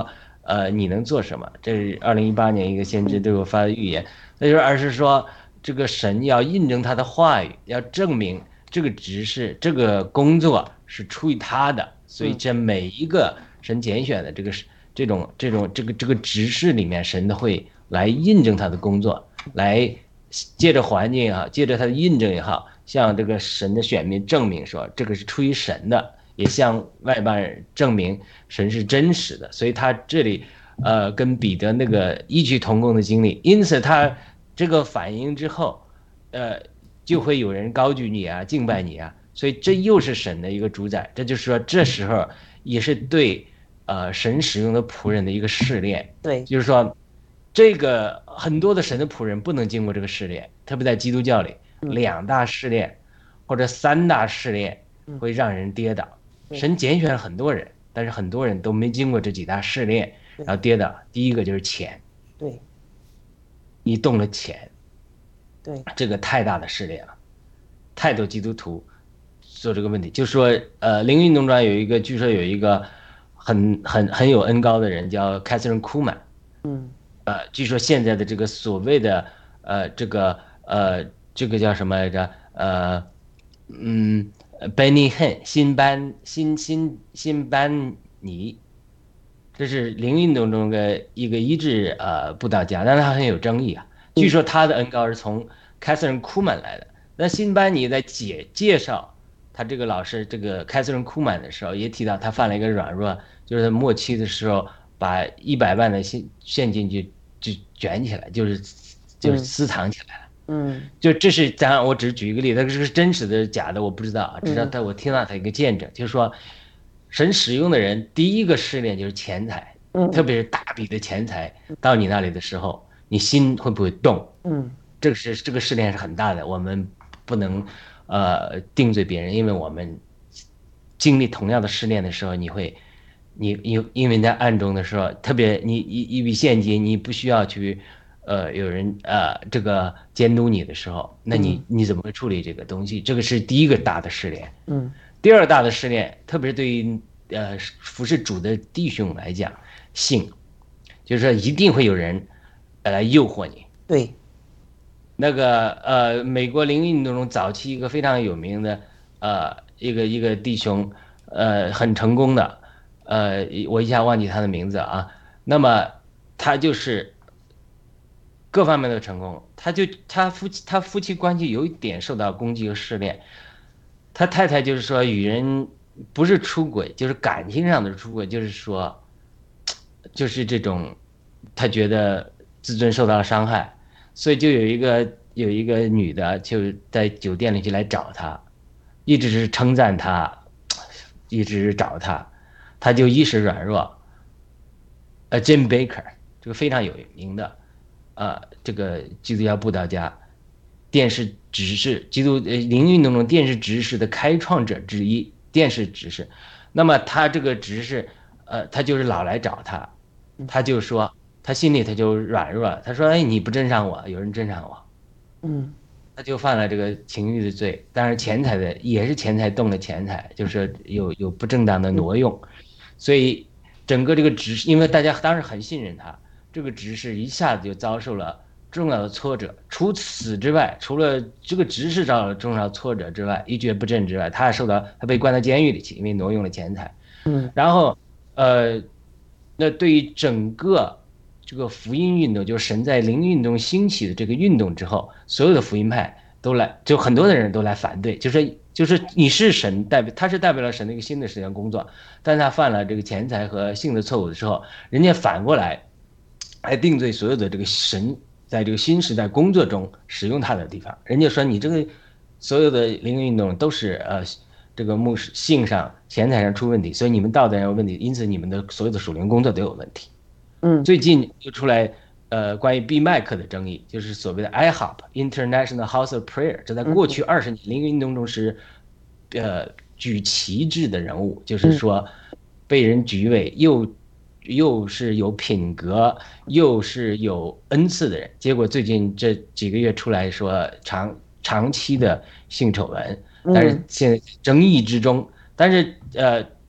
呃，你能做什么？这是二零一八年一个先知对我发的预言，那就是而是说，这个神要印证他的话语，要证明这个执事这个工作是出于他的，所以这每一个神拣选的这个这种这种这个这个执事里面，神都会来印证他的工作，来借着环境也好，借着他的印证也好，向这个神的选民证明说这个是出于神的。也向外邦人证明神是真实的，所以他这里，呃，跟彼得那个异曲同工的经历，因此他这个反应之后，呃，就会有人高举你啊，敬拜你啊，所以这又是神的一个主宰，这就是说这时候也是对，呃，神使用的仆人的一个试炼， 对， 就是说，这个很多的神的仆人不能经过这个试炼，特别在基督教里，两大试炼或者三大试炼会让人跌倒。神拣选了很多人，但是很多人都没经过这几大试炼，然后跌倒。第一个就是钱， 对， 你动了钱， 对， 这个太大的试炼了，太多基督徒做这个问题，就说呃，灵运动中有一个，据说有一个很很很有恩高的人叫凯瑟琳·库曼， 嗯， 呃，据说现在的这个所谓的呃这个呃这个叫什么来着？呃，嗯。Benny Hinn 新班新新新班尼，这是灵运动中的一个医治呃布道家，但是他很有争议啊。据说他的恩高是从凯瑟琳·库曼来的。那新班尼在介介绍他这个老师这个凯瑟琳·库曼的时候，也提到他犯了一个软弱，就是在末期的时候把一百万的现现金就就卷起来，就是就是私藏起来了。 嗯， 就这是当然，我只是举一个例子，这是真实的假的我不知道啊，至少他我听到他一个见证，就是说，神使用的人第一个试炼就是钱财，特别是大笔的钱财到你那里的时候，你心会不会动？ 嗯， 这个是这个试炼是很大的，我们不能呃定罪别人，因为我们经历同样的试炼的时候，你会，你你因为在暗中的时候，特别你一一笔现金，你不需要去。呃，有人呃，这个监督你的时候，那你你怎么会处理这个东西？这个是第一个大的试炼。 嗯， 第二大的试炼，特别是对于呃服侍主的弟兄来讲，性，就是说一定会有人来诱惑你。 对， 那个呃，美国灵运动中早期一个非常有名的呃一个一个弟兄，呃，很成功的，呃，我一下忘记他的名字啊。那么他就是。各方面都成功，他就他夫妻他夫妻关系有一点受到攻击和试炼，他太太就是说与人不是出轨，就是感情上的出轨，就是说，就是这种，他觉得自尊受到了伤害，所以就有一个有一个女的就在酒店里就来找他，一直是称赞他，一直是找他，他就一时软弱，呃 ，Jim Baker 这个非常有名的。啊，这个基督教布道家，电视执事，基督呃灵运动中电视执事的开创者之一，电视执事。那么他这个执事，呃，他就是老来找他，他就说他心里他就软弱了，他说：“哎，你不珍赏我，有人珍赏我。” 嗯， 他就犯了这个情欲的罪，当然钱财的也是钱财动了钱财，就是有有不正当的挪用，所以整个这个执事，因为大家当时很信任他。这个执事一下子就遭受了重要的挫折，除此之外，除了这个执事遭到了重要挫折之外，一蹶不振之外，他还受到他被关到监狱里去，因为挪用了钱财。 嗯， 然后，呃，那对于整个这个福音运动，就是神在灵运动兴起的这个运动之后，所有的福音派都来，就很多的人都来反对，就是就是你是神代表，他是代表了神的一个新的实践工作，但他犯了这个钱财和性的错误的时候，人家反过来。来定罪所有的这个神在这个新时代工作中使用他的地方，人家说你这个所有的灵运动都是呃这个牧师性上钱财上出问题，所以你们道德上有问题，因此你们的所有的属灵工作都有问题。 嗯， 最近又出来呃关于闭麦克的争议，就是所谓的 I H O P International House of Prayer， 这在过去二十年灵运动中是呃举旗帜的人物，就是说被人举为又。又是有品格又是有恩赐的人，结果最近这几个月出来说长长期的性丑闻，但是现在争议之中，但是呃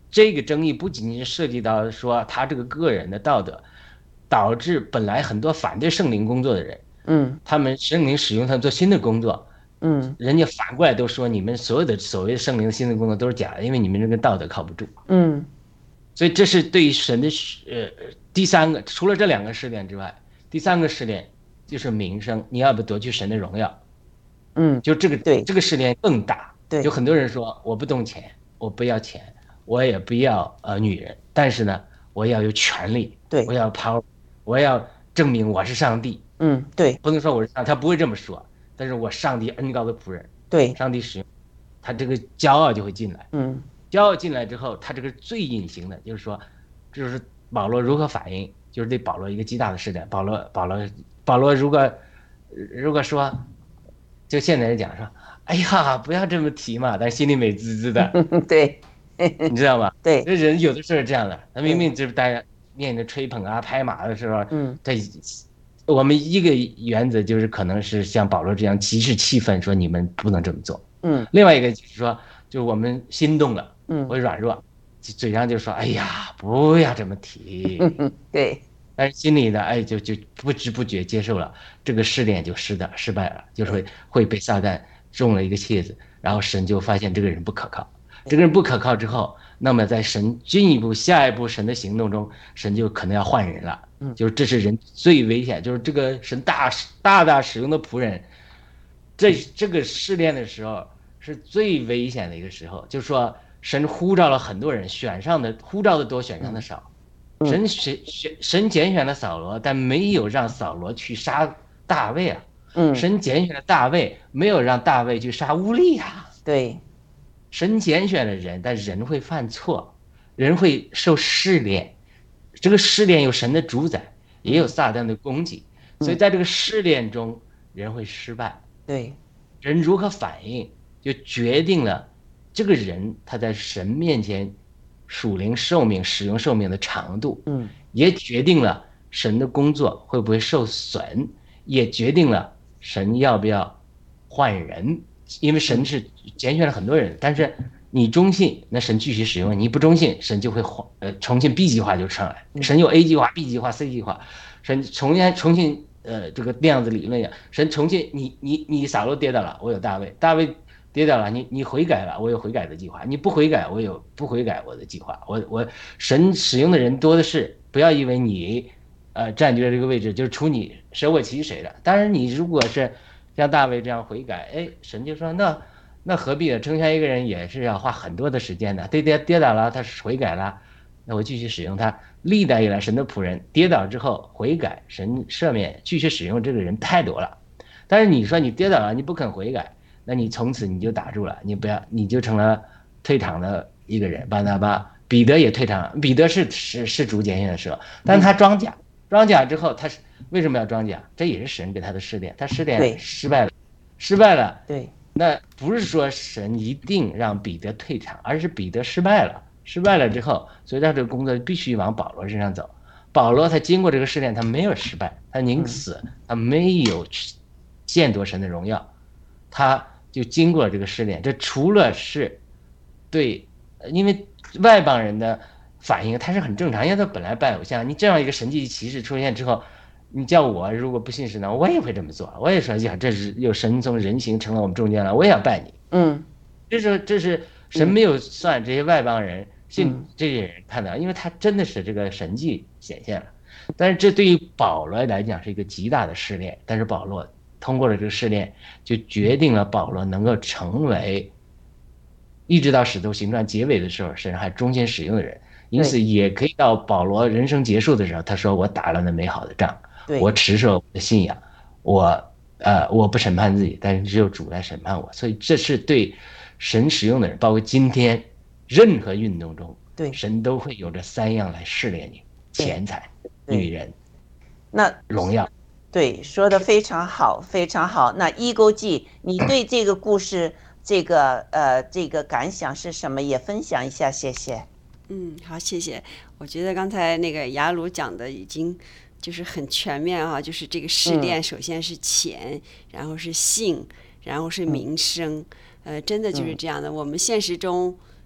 这个争议不仅仅是涉及到说他这个个人的道德，导致本来很多反对圣灵工作的人， 嗯， 他们圣灵使用他们做新的工作， 嗯， 人家反过来都说你们所有的所谓的圣灵的新的工作都是假的，因为你们这个道德靠不住。 嗯， 所以这是对于神的呃第三个，除了这两个试炼之外，第三个试炼就是名声，你要不夺去神的荣耀。 嗯， 就这个对这个试炼更大。 对， 有很多人说我不动钱，我不要钱，我也不要呃女人，但是呢，我要有权利， 对， 我要 power， 我要证明我是上帝。 嗯，对， 不能说我是上帝，他不会这么说，但是我上帝恩高的仆人， 对， 上帝使用他这个骄傲就会进来。 嗯， 骄傲进来之后，他这个最隐形的，就是说，就是保罗如何反应，就是对保罗一个极大的试炼。保罗，保罗，保罗如果如果说，就现在来讲说，哎呀，不要这么提嘛，但是心里美滋滋的， 对， 你知道吗？ 对， 这人有的时候是这样的，他明明就是大家面对吹捧啊、拍马的时候， 嗯， 他我们一个原则就是可能是像保罗这样极致气愤，说你们不能这么做。 嗯， 另外一个就是说，就是我们心动了， 嗯， 会软弱，嘴上就说，哎呀，不要这么提， 对。 但是心里呢，哎，就就不知不觉接受了这个试炼，就失的失败了，就是会会被撒旦中了一个楔子，然后神就发现这个人不可靠，这个人不可靠之后，那么在神进一步下一步神的行动中，神就可能要换人了，就是这是人最危险，就是这个神大大大使用的仆人，这这个试炼的时候是最危险的一个时候，就是说神呼召了很多人，选上的呼召的多，选上的少。神选选神拣选了扫罗，但没有让扫罗去杀大卫啊。 嗯， 神拣选了大卫，没有让大卫去杀乌利亚。 对， 神拣选了人，但人会犯错，人会受试炼。这个试炼有神的主宰，也有撒旦的攻击，所以在这个试炼中，人会失败。 对， 人如何反应，就决定了这个人他在神面前属灵寿命、使用寿命的长度， 嗯， 也决定了神的工作会不会受损，也决定了神要不要换人，因为神是拣选了很多人，但是你忠信，那神继续使用；你不忠信，神就会换，呃，重新 B 计划就上来。神有 A 计划、B 计划、C 计划，神重新重新呃这个量子理论呀，神重新你你你扫罗跌倒了，我有大卫，大卫跌倒了，你你悔改了，我有悔改的计划；你不悔改，我有不悔改我的计划。我我神使用的人多的是，不要以为你呃占据了这个位置就是除你舍我其谁的。当然，你如果是像大卫这样悔改，哎，神就说那那何必呢？成全一个人也是要花很多的时间的。对跌跌倒了，他悔改了，那我继续使用他。历代以来神的仆人跌倒之后悔改，神赦免，继续使用这个人太多了。但是你说你跌倒了，你不肯悔改。那你从此你就打住了，你不要，你就成了退场的一个人。巴拿巴、彼得也退场了，彼得是是是主拣选的时候，但他装甲，装甲之后他是为什么要装甲？这也是神给他的试炼，他试炼失败了，失败了。 对， 那不是说神一定让彼得退场，而是彼得失败了，失败了之后，所以他这个工作必须往保罗身上走。保罗他经过这个试炼，他没有失败，他宁死，他没有见夺神的荣耀，他就经过了这个试炼。这除了是对，因为外邦人的反应他是很正常，因为他本来拜偶像，你这样一个神迹奇事出现之后，你叫我如果不信神呢，我也会这么做，我也说呀，这是有神从人形成了我们中间了，我也要拜你。 嗯， 这是这是神没有算这些外邦人、嗯、信这些人看到，因为他真的是这个神迹显现了。但是这对于保罗来讲是一个极大的试炼，但是保罗通过了这个试炼，就决定了保罗能够成为一直到使徒行传结尾的时候神还忠心使用的人，因此也可以到保罗人生结束的时候，他说我打了那美好的仗，我持守我的信仰，我呃我不审判自己，但是只有主来审判我。所以这是对神使用的人，包括今天任何运动中， 对神都会有这三样来试炼你：钱财、女人、 那荣耀。 对，说的非常好，非常好。那一钩记，你对这个故事这个呃这个感想是什么？也分享一下，谢谢。 嗯，好，谢谢。我觉得刚才那个雅鲁讲的已经就是很全面啊，就是这个试炼，首先是钱，嗯、然后是性，然后是名声，嗯、呃，真的就是这样的。嗯、我们现实中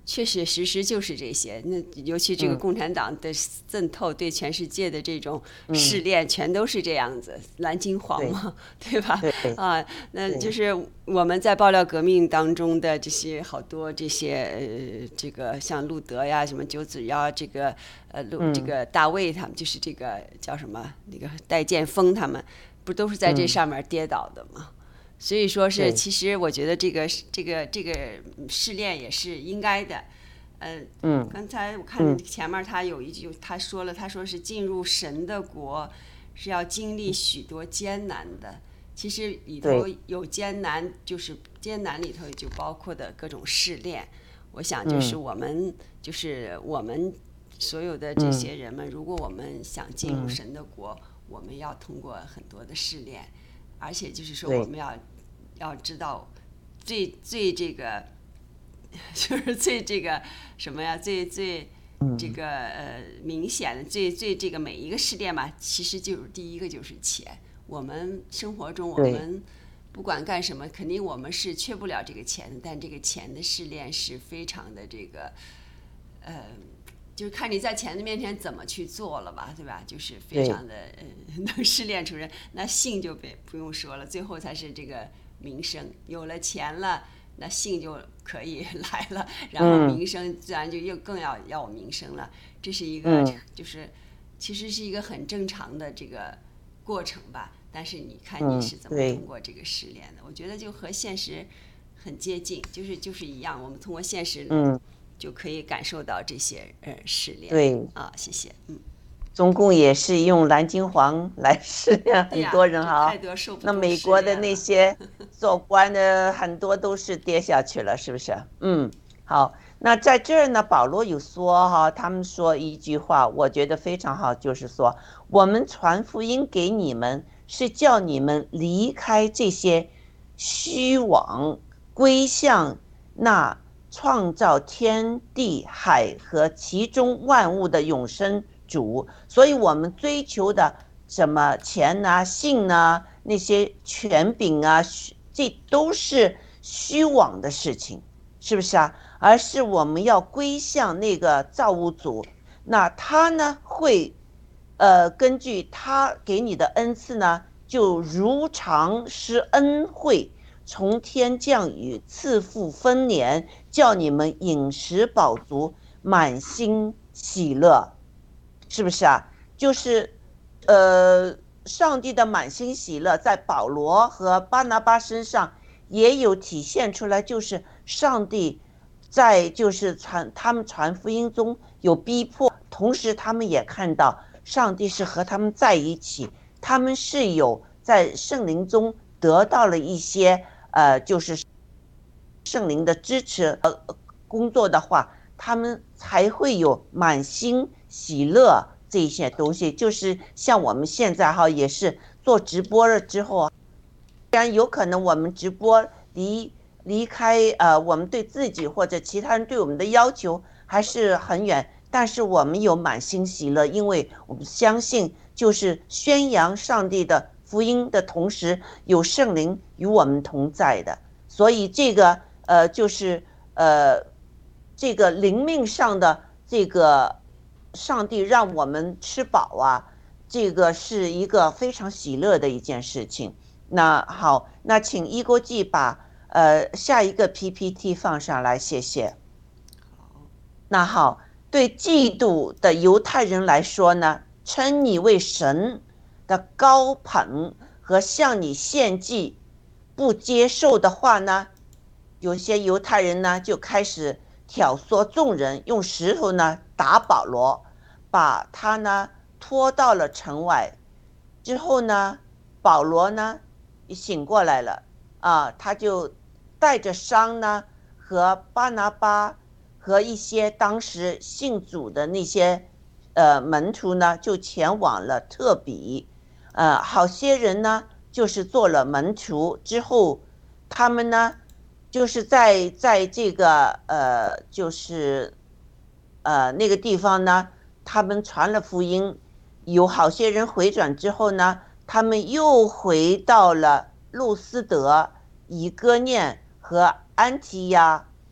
确实，实实就是这些。那尤其这个共产党的渗透，对全世界的这种试炼，全都是这样子，蓝金黄嘛，对, 对吧？ 对啊，那就是我们在爆料革命当中的这些好多这些呃，这个像路德呀，什么九子妖，这个呃路这个大卫他们，就是这个叫什么那个戴剑锋他们，不都是在这上面跌倒的吗？所以说是，其实我觉得这个这个这个试炼也是应该的，呃， 嗯， 刚才我看前面他有一句，他说了，他说是进入神的国是要经历许多艰难的。其实里头有艰难，就是艰难里头就包括的各种试炼。我想就是我们、嗯、就是我们所有的这些人们，嗯、如果我们想进入神的国，嗯、我们要通过很多的试炼。而且就是说，我们要要知道最最这个，就是最这个什么呀？最最这个呃明显的，最最这个每一个试炼嘛，其实就是第一个就是钱。我们生活中，我们不管干什么，肯定我们是缺不了这个钱的。但这个钱的试炼是非常的这个，呃。就是看你在钱的面前怎么去做了吧，对吧？就是非常的呃能试炼出人。那性就别不用说了，最后才是这个名声。有了钱了，那性就可以来了，然后名声自然就又更要要有名声了。这是一个就是其实是一个很正常的这个过程吧。但是你看你是怎么通过这个试炼的？我觉得就和现实很接近，就是就是一样。我们通过现实。嗯。就可以感受到这些呃试炼。 对啊，谢谢。嗯， 中共也是用蓝金黄来试炼很多人哈。那美国的那些做官的很多都是跌下去了，是不是？嗯，好。那在这儿呢，保罗有说哈，他们说一句话，我觉得非常好，就是说我们传福音给你们，是叫你们离开这些虚妄，归向那。创造天地海和其中万物的永生主，所以我们追求的什么钱啊、性啊、那些权柄啊，这都是虚妄的事情，是不是啊？而是我们要归向那个造物主，那他呢会，呃，根据他给你的恩赐呢，就如常施恩惠。从天降雨，赐福丰年，叫你们饮食饱足，满心喜乐，是不是啊？就是，呃，上帝的满心喜乐，在保罗和巴拿巴身上也有体现出来，就是上帝在就是传他们传福音中有逼迫，同时他们也看到上帝是和他们在一起，他们是有在圣灵中得到了一些。呃，就是圣灵的支持呃工作的话，他们才会有满心喜乐这些东西。就是像我们现在哈，也是做直播了之后，虽然有可能我们直播离离开呃我们对自己或者其他人对我们的要求还是很远，但是我们有满心喜乐，因为我们相信就是宣扬上帝的福音的同时，有圣灵与我们同在的，所以这个呃就是呃这个灵命上的这个上帝让我们吃饱啊，这个是一个非常喜乐的一件事情。那好，那请一国际把呃下一个 P P T 放上来，谢谢。那好，对嫉妒的犹太人来说呢，称你为神的高捧和向你献祭不接受的话呢，有些犹太人呢就开始挑唆众人，用石头呢打保罗，把他呢拖到了城外。之后呢，保罗呢醒过来了啊，他就带着伤呢和巴拿巴和一些当时信主的那些呃门徒呢，就前往了特比。呃，好些人呢，就是做了门徒之后，他们呢，就是在在这个呃，就是呃那个地方呢，他们传了福音，有好些人回转之后呢，他们又回到了路斯德、以哥念和安提亚。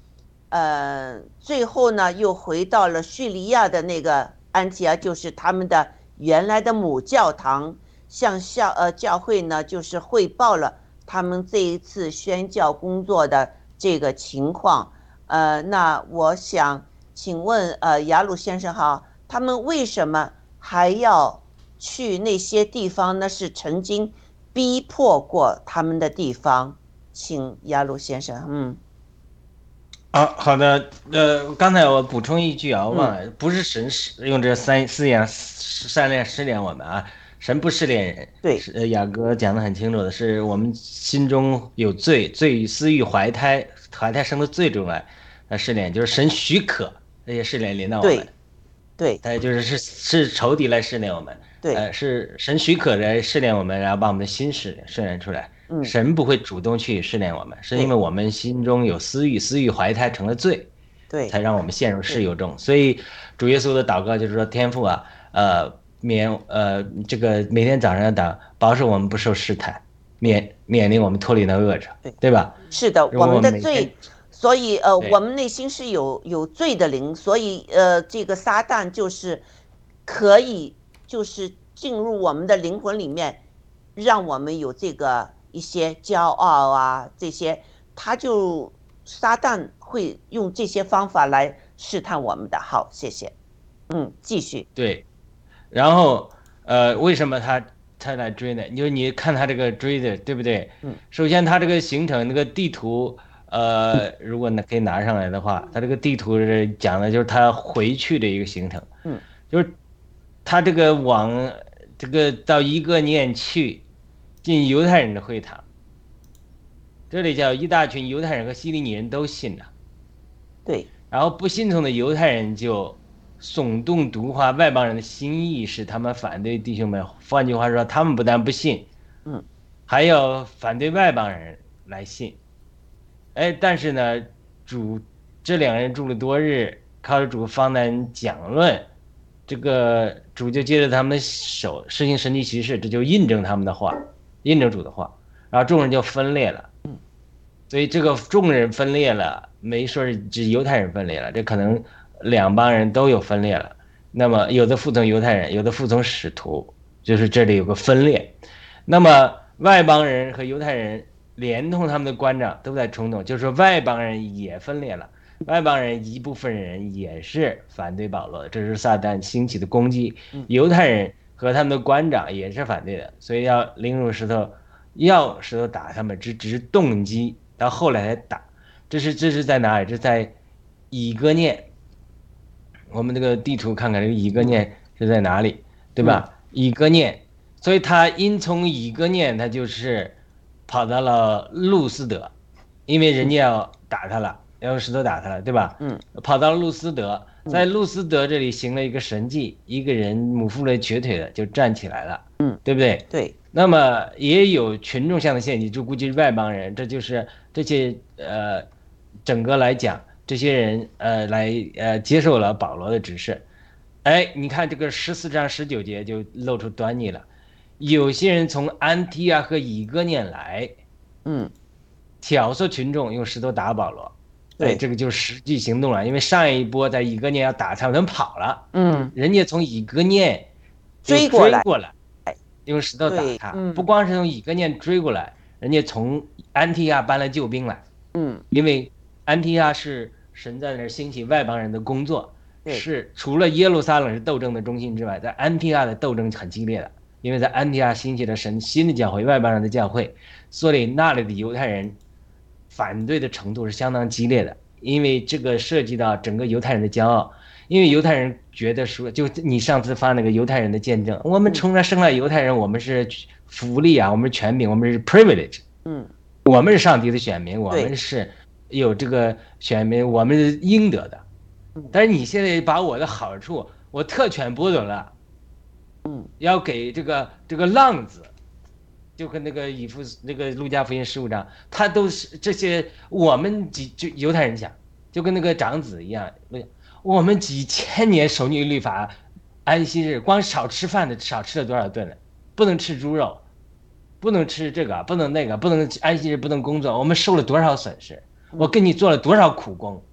呃，最后呢又回到了叙利亚的那个安提阿，就是他们的原来的母教堂，向教呃教会呢就是汇报了他们这一次宣教工作的这个情况。呃，那我想请问呃雅鲁先生哈，他们为什么还要去那些地方呢？是曾经逼迫过他们的地方，请雅鲁先生。嗯。 啊，好的，呃，刚才我补充一句啊，我忘了，不是神用这三四样善练试炼我们啊，神不试炼人。 对， 是雅哥讲得很清楚的，是我们心中有罪，罪私欲怀胎，怀胎生的罪中来，那试炼就是神许可这些试炼临到我们。 对，对， 他就是是是仇敌来试炼我们。 对， 呃，是神许可来试炼我们，然后把我们的心试炼试炼出来。 嗯， 神不会主动去试炼我们，是因为我们心中有私欲，私欲怀胎成了罪， 对， 才让我们陷入试诱中。所以主耶稣的祷告就是说，天父啊，呃，免呃这个每天早上要祷，保守我们不受试探，免免令我们脱离那恶者，对对吧？ 是的，我们的罪，所以呃，我们内心是有有罪的灵，所以呃，这个撒旦就是可以就是进入我们的灵魂里面，让我们有这个。一些骄傲啊，这些他就撒旦会用这些方法来试探我们的。好，谢谢。嗯，继续。 对，然后呃，为什么他他来追呢？就是你看他这个追的，对不对？ 嗯。 首先他这个行程那个地图，呃，如果呢可以拿上来的话，他这个地图是讲的就是他回去的一个行程。 嗯。 就是他这个往这个到一个念去。进犹太人的会堂，这里叫一大群犹太人和希利尼人都信了， 对， 然后不信从的犹太人就耸动毒化外邦人的心意，使他们反对弟兄们。换句话说，他们不但不信， 嗯， 还要反对外邦人来信。哎，但是呢，主这两人住了多日，靠着主方难讲论，这个主就借着他们的手施行神迹奇事，这就印证他们的话。印证主的话，然后众人就分裂了， 嗯， 所以这个众人分裂了，没说是指犹太人分裂了，这可能两帮人都有分裂了。那么有的服从犹太人，有的服从使徒，就是这里有个分裂。那么外邦人和犹太人连同他们的官长都在冲动，就是说外邦人也分裂了，外邦人一部分人也是反对保罗的，这是撒旦兴起的攻击。犹太人和他们的官长也是反对的，所以要拎入石头，要石头打他们，只只是动机，到后来才打。这是这是在哪里？这是在以哥念。我们这个地图看看，这个以哥念是在哪里，对吧？嗯、以哥念，所以他因从以哥念，他就是跑到了路斯德，因为人家要打他了，要用石头打他了，对吧？ 嗯， 跑到了路斯德。在路斯德这里行了一个神迹，一个人母腹类瘸腿的就站起来了， 嗯， 对不对？ 对。 那么也有群众向的献祭，就估计是外邦人，这就是这些呃，整个来讲，这些人呃来呃接受了保罗的指示。哎，你看这个十四章十九节就露出端倪了，有些人从安提阿和以哥念来， 嗯， 挑唆群众用石头打保罗。 对， 这个就实际行动了，因为上一波在以哥念要打他们，他们跑了， 嗯， 人家从以哥念追过来， 过来，用石头打他， 嗯、 不光是从以哥念追过来，人家从安提亚搬来救兵来， 嗯， 因为安提亚是神在那儿兴起外邦人的工作，是除了耶路撒冷是斗争的中心之外，在安提亚的斗争很激烈的，因为在安提亚兴起了神新的教会，外邦人的教会，所以那里的犹太人反对的程度是相当激烈的，因为这个涉及到整个犹太人的骄傲。因为犹太人觉得说，就你上次发那个犹太人的见证，我们从来生来犹太人，我们是福利啊，我们是权柄，我们是 privilege， 嗯， 我们是上帝的选民，我们是有这个选民，我们是应得的。但是你现在把我的好处，我特权剥夺了， 嗯， 要给这个这个浪子。就跟那个以弗那个路加福音十五章，他都是这些我们几就犹太人讲，就跟那个长子一样，我们几千年守律律法，安息日光少吃饭的少吃了多少顿了，不能吃猪肉，不能吃这个，不能那个，不能安息日不能工作，我们受了多少损失，我给你做了多少苦工，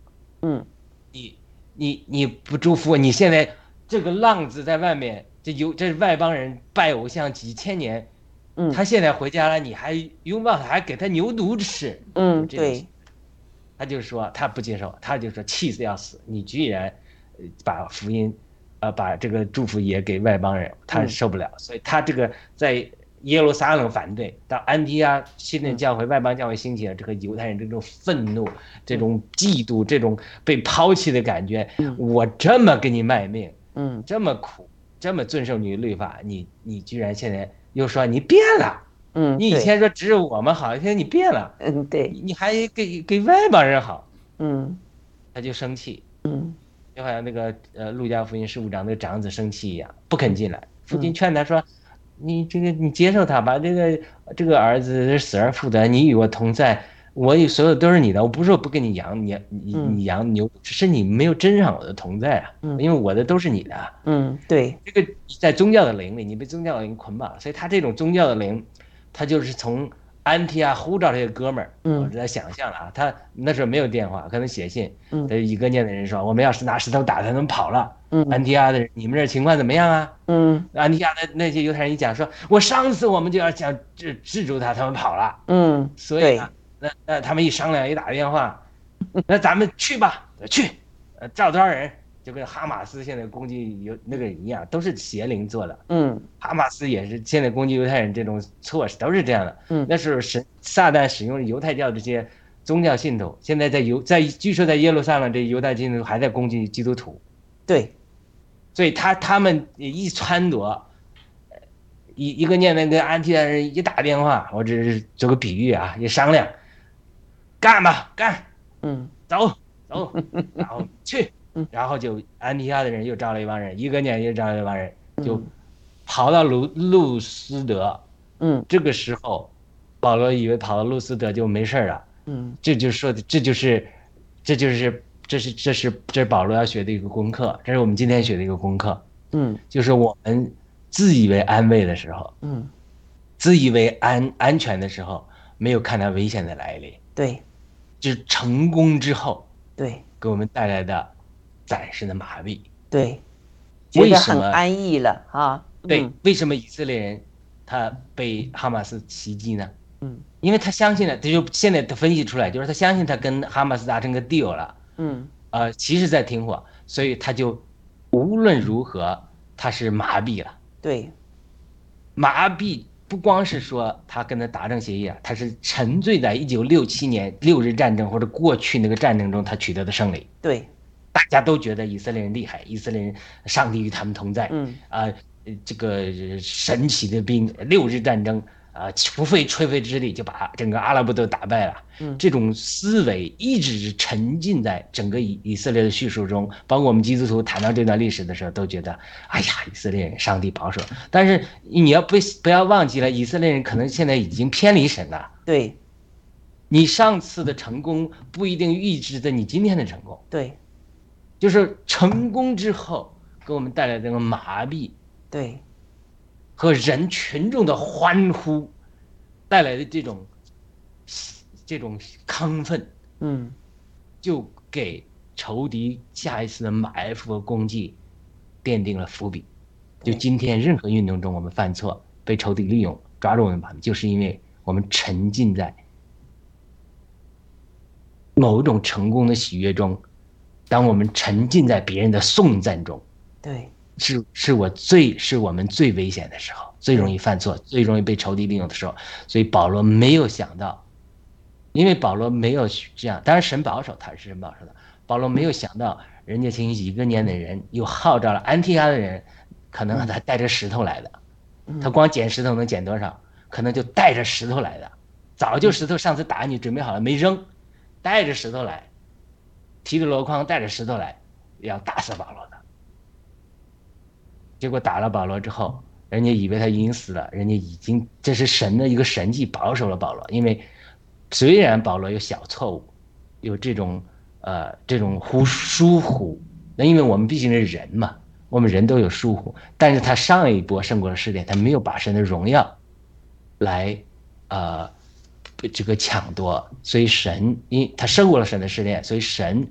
嗯， 你你你不祝福我，你现在这个浪子在外面，这有这外邦人拜偶像几千年， 嗯， 他现在回家了，你还拥抱他，还给他牛犊吃， 嗯，对， 他就说他不接受，他就说气死要死，你居然把福音，呃，把这个祝福也给外邦人，他受不了，嗯、所以他这个在耶路撒冷反对，到安提阿新的教会、嗯、外邦教会兴起了，这个犹太人这种愤怒、这种嫉妒、这种被抛弃的感觉，嗯、我这么给你卖命， 嗯， 这么苦，这么遵守你的律法，你你居然现在又说你变了。 嗯， 你以前说只有我们好，现在你变了， 嗯，对， 你还给给外邦人好， 嗯， 他就生气， 嗯， 就好像那个呃路加福音十五章那个长子生气一样，不肯进来。父亲劝他说：“嗯、你这个你接受他吧，这个这个儿子死而复得，你与我同在，我所有都是你的，我不是说不给你养，你你你养牛，只是你没有珍赏我的同在啊， 嗯、 因为我的都是你的。 嗯，对， 这个在宗教的灵里，你被宗教的灵捆绑，所以他这种宗教的灵。”他就是从安提阿呼召这些哥们儿， 嗯， 我在想象了啊，他那时候没有电话，可能写信， 嗯， 以哥念的人说，我们要是拿石头打他们跑了， 嗯， 安提阿的人，你们这情况怎么样啊？ 嗯， 安提阿的那些犹太人一讲说，我上次我们就要想制制住他，他们跑了， 嗯， 所以呢，那那他们一商量一打电话，那咱们去吧，去，呃，召多少人？就跟哈马斯现在攻击犹那个一样，都是邪灵做的。 嗯， 哈马斯也是现在攻击犹太人这种措施都是这样的。 嗯， 那是神撒旦使用犹太教这些宗教信徒，现在在犹在据说在耶路撒冷这犹太信徒还在攻击基督徒。 对， 所以他他们一撺掇，一一个念那个安提阿人一打电话，我只是做个比喻啊，一商量，干吧干， 嗯， 走走，然后去。然后就安提阿的人又招了一帮人，一个年又招了一帮人，就跑到路路斯德。 嗯， 这个时候，保罗以为跑到路斯德就没事了。 嗯， 这就说的，这就是，这就是，这是这是这是保罗要学的一个功课，这是我们今天学的一个功课。 嗯， 就是我们自以为安慰的时候， 嗯， 自以为安安全的时候，没有看到危险的来临。 对， 就是成功之后， 对， 给我们带来的。暂时的麻痹， 对，觉得很安逸了啊。 对， 嗯、 为什么以色列人他被哈马斯袭击呢？ 嗯， 因为他相信了，他就现在他分析出来，就是他相信他跟哈马斯达成个 deal 了。 嗯， 呃，其实在停火，所以他就无论如何他是麻痹了。 对， 麻痹不光是说他跟他达成协议啊，他是沉醉在一九六七年六日战争或者过去那个战争中他取得的胜利。 对。 大家都觉得以色列人厉害，以色列人上帝与他们同在。 嗯啊、呃，这个神奇的兵，六日战争啊、呃，不费吹灰之力就把整个阿拉伯都打败了。 嗯， 这种思维一直是沉浸在整个以以色列的叙述中，包括我们基督徒谈到这段历史的时候，都觉得，哎呀，以色列人上帝保守。但是你要不不要忘记了，以色列人可能现在已经偏离神了。 对， 你上次的成功不一定预知着你今天的成功。 对。 就是成功之后给我们带来这个麻痹， 对， 和人群众的欢呼带来的这种这种亢奋， 嗯， 就给仇敌下一次的埋伏和攻击奠定了伏笔。就今天任何运动中我们犯错，被仇敌利用抓住我们把，就是因为我们沉浸在某种成功的喜悦中。当我们沉浸在别人的颂赞中， 对， 是是我最是我们最危险的时候，最容易犯错，最容易被仇敌利用的时候。所以保罗没有想到，因为保罗没有这样，当然神保守，他是神保守的。保罗没有想到，人家请以哥念的人又号召了安提阿的人，可能他带着石头来的，他光捡石头能捡多少？可能就带着石头来的，早就石头上次打你准备好了没扔，带着石头来。提着箩筐带着石头来，要打死保罗的。结果打了保罗之后，人家以为他已经死了，人家已经这是神的一个神迹，保守了保罗。因为虽然保罗有小错误，有这种呃这种忽疏忽，那因为我们毕竟是人嘛，我们人都有疏忽，但是他上一波胜过了试炼，他没有把神的荣耀来呃。这个抢夺，所以神因他胜过了神的试炼，所以神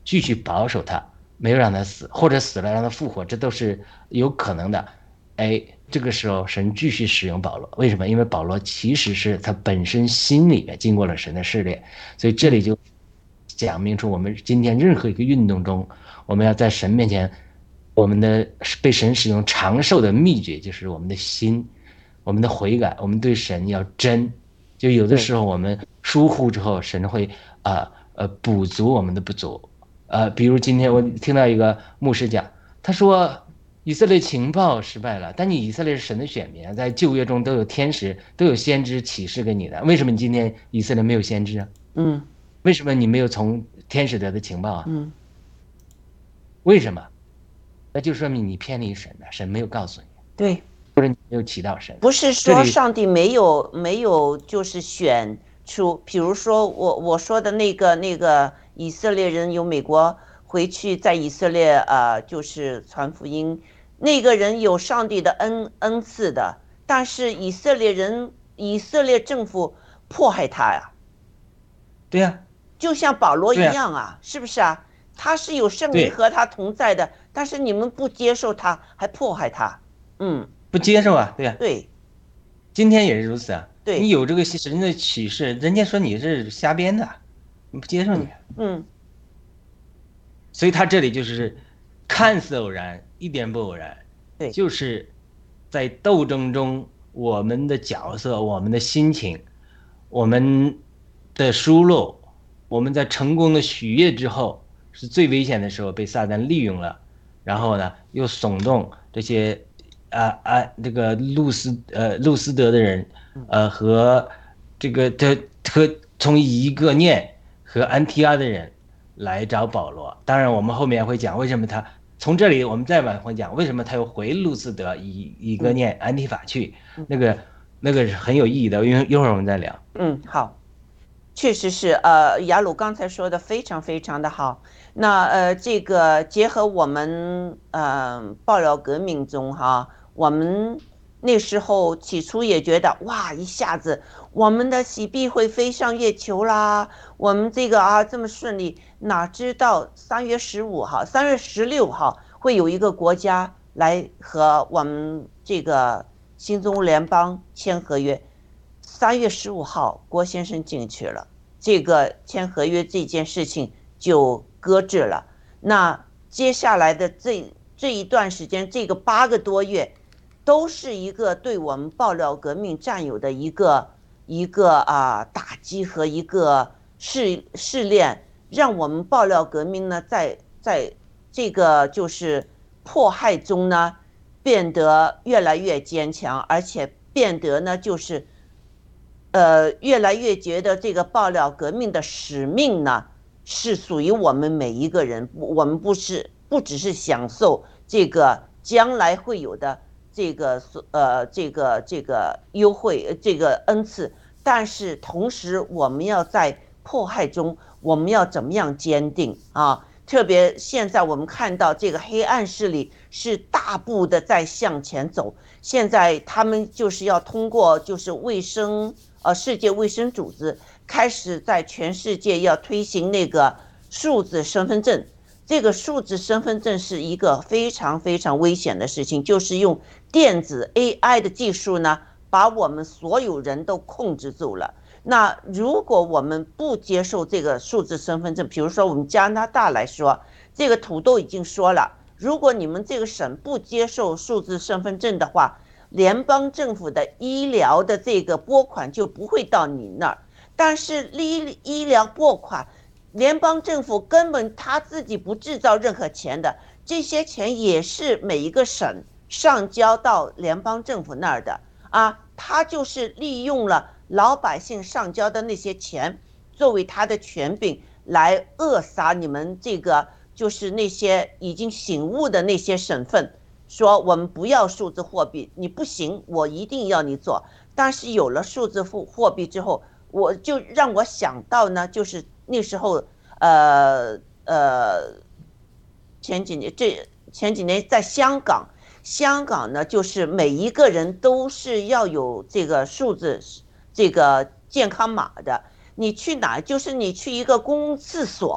继续保守他，没有让他死，或者死了让他复活，这都是有可能的。哎，这个时候神继续使用保罗，为什么？因为保罗其实是他本身心里面经过了神的试炼，所以这里就讲明出我们今天任何一个运动中，我们要在神面前，我们的被神使用长寿的秘诀就是我们的心，我们的悔改，我们对神要真。就有的时候我们疏忽之后，神会啊 呃, 呃补足我们的不足。呃，比如今天我听到一个牧师讲，他说以色列情报失败了，但你以色列是神的选民，在旧约中都有天使，都有先知启示给你的，为什么你今天以色列没有先知啊？ 嗯， 为什么你没有从天使得的情报啊？ 嗯， 为什么？那就说明你偏离神了，神没有告诉你， 对， 或者你没有祈祷神。 不是说上帝没有没有就是选出，比如说我我说的那个那个以色列人由美国回去在以色列呃就是传福音，那个人有上帝的恩恩赐的，但是以色列人以色列政府迫害他呀。 对呀、啊， 就像保罗一样啊，啊是不是啊？他是有圣灵和他同在的，但是你们不接受他，还迫害他，嗯， 不接受啊，对呀、啊， 对， 今天也是如此啊。 对， 你有这个神的启示，人家说你是瞎编的，你不接受你， 嗯，嗯， 所以他这里就是看似偶然，一点不偶然， 对， 就是在斗争中，我们的角色、我们的心情、我们的疏漏，我们在成功的喜悦之后，是最危险的时候，被撒旦利用了，然后呢，又耸动这些啊啊这个路斯呃路斯德的人，呃和这个的和从一个念和安提阿的人来找保罗。当然，我们后面会讲为什么他从这里，我们再往回讲为什么他又回路斯德以一个念安提法去，那个那个是很有意义的，因为一会儿我们再聊。 嗯，好。确实是，呃，雅鲁刚才说的非常非常的好。那呃，这个结合我们呃爆料革命中哈，我们那时候起初也觉得哇，一下子我们的喜币会飞上月球啦，我们这个啊这么顺利，哪知道三月十五号、三月十六号会有一个国家来和我们这个新中联邦签合约。三月十五号，郭先生进去了，这个签合约这件事情就搁置了。那接下来的这这一段时间，这个八个多月，都是一个对我们爆料革命战友的一个一个啊打击和一个试试炼，让我们爆料革命呢，在在这个就是迫害中呢，变得越来越坚强，而且变得呢就是。呃，越来越觉得这个爆料革命的使命呢，是属于我们每一个人。我们不是不只是享受这个将来会有的这个呃这个这个优惠这个恩赐，但是同时我们要在迫害中，我们要怎么样坚定啊？特别现在我们看到这个黑暗势力是大步的在向前走，现在他们就是要通过就是卫生。呃，世界卫生组织开始在全世界要推行那个数字身份证。这个数字身份证是一个非常非常危险的事情，就是用电子 A I 的技术呢，把我们所有人都控制住了。那如果我们不接受这个数字身份证，比如说我们加拿大来说，这个土豆已经说了，如果你们这个省不接受数字身份证的话，联邦政府的医疗的这个拨款就不会到你那儿，但是医医疗拨款，联邦政府根本他自己不制造任何钱的，这些钱也是每一个省上交到联邦政府那儿的啊，他就是利用了老百姓上交的那些钱，作为他的权柄来扼杀你们这个就是那些已经醒悟的那些省份。说我们不要数字货币，你不行，我一定要你做。但是有了数字货币之后，我就让我想到呢，就是那时候，呃呃，前几年这前几年在香港，香港呢就是每一个人都是要有这个数字这个健康码的。你去哪，就是你去一个公共厕所，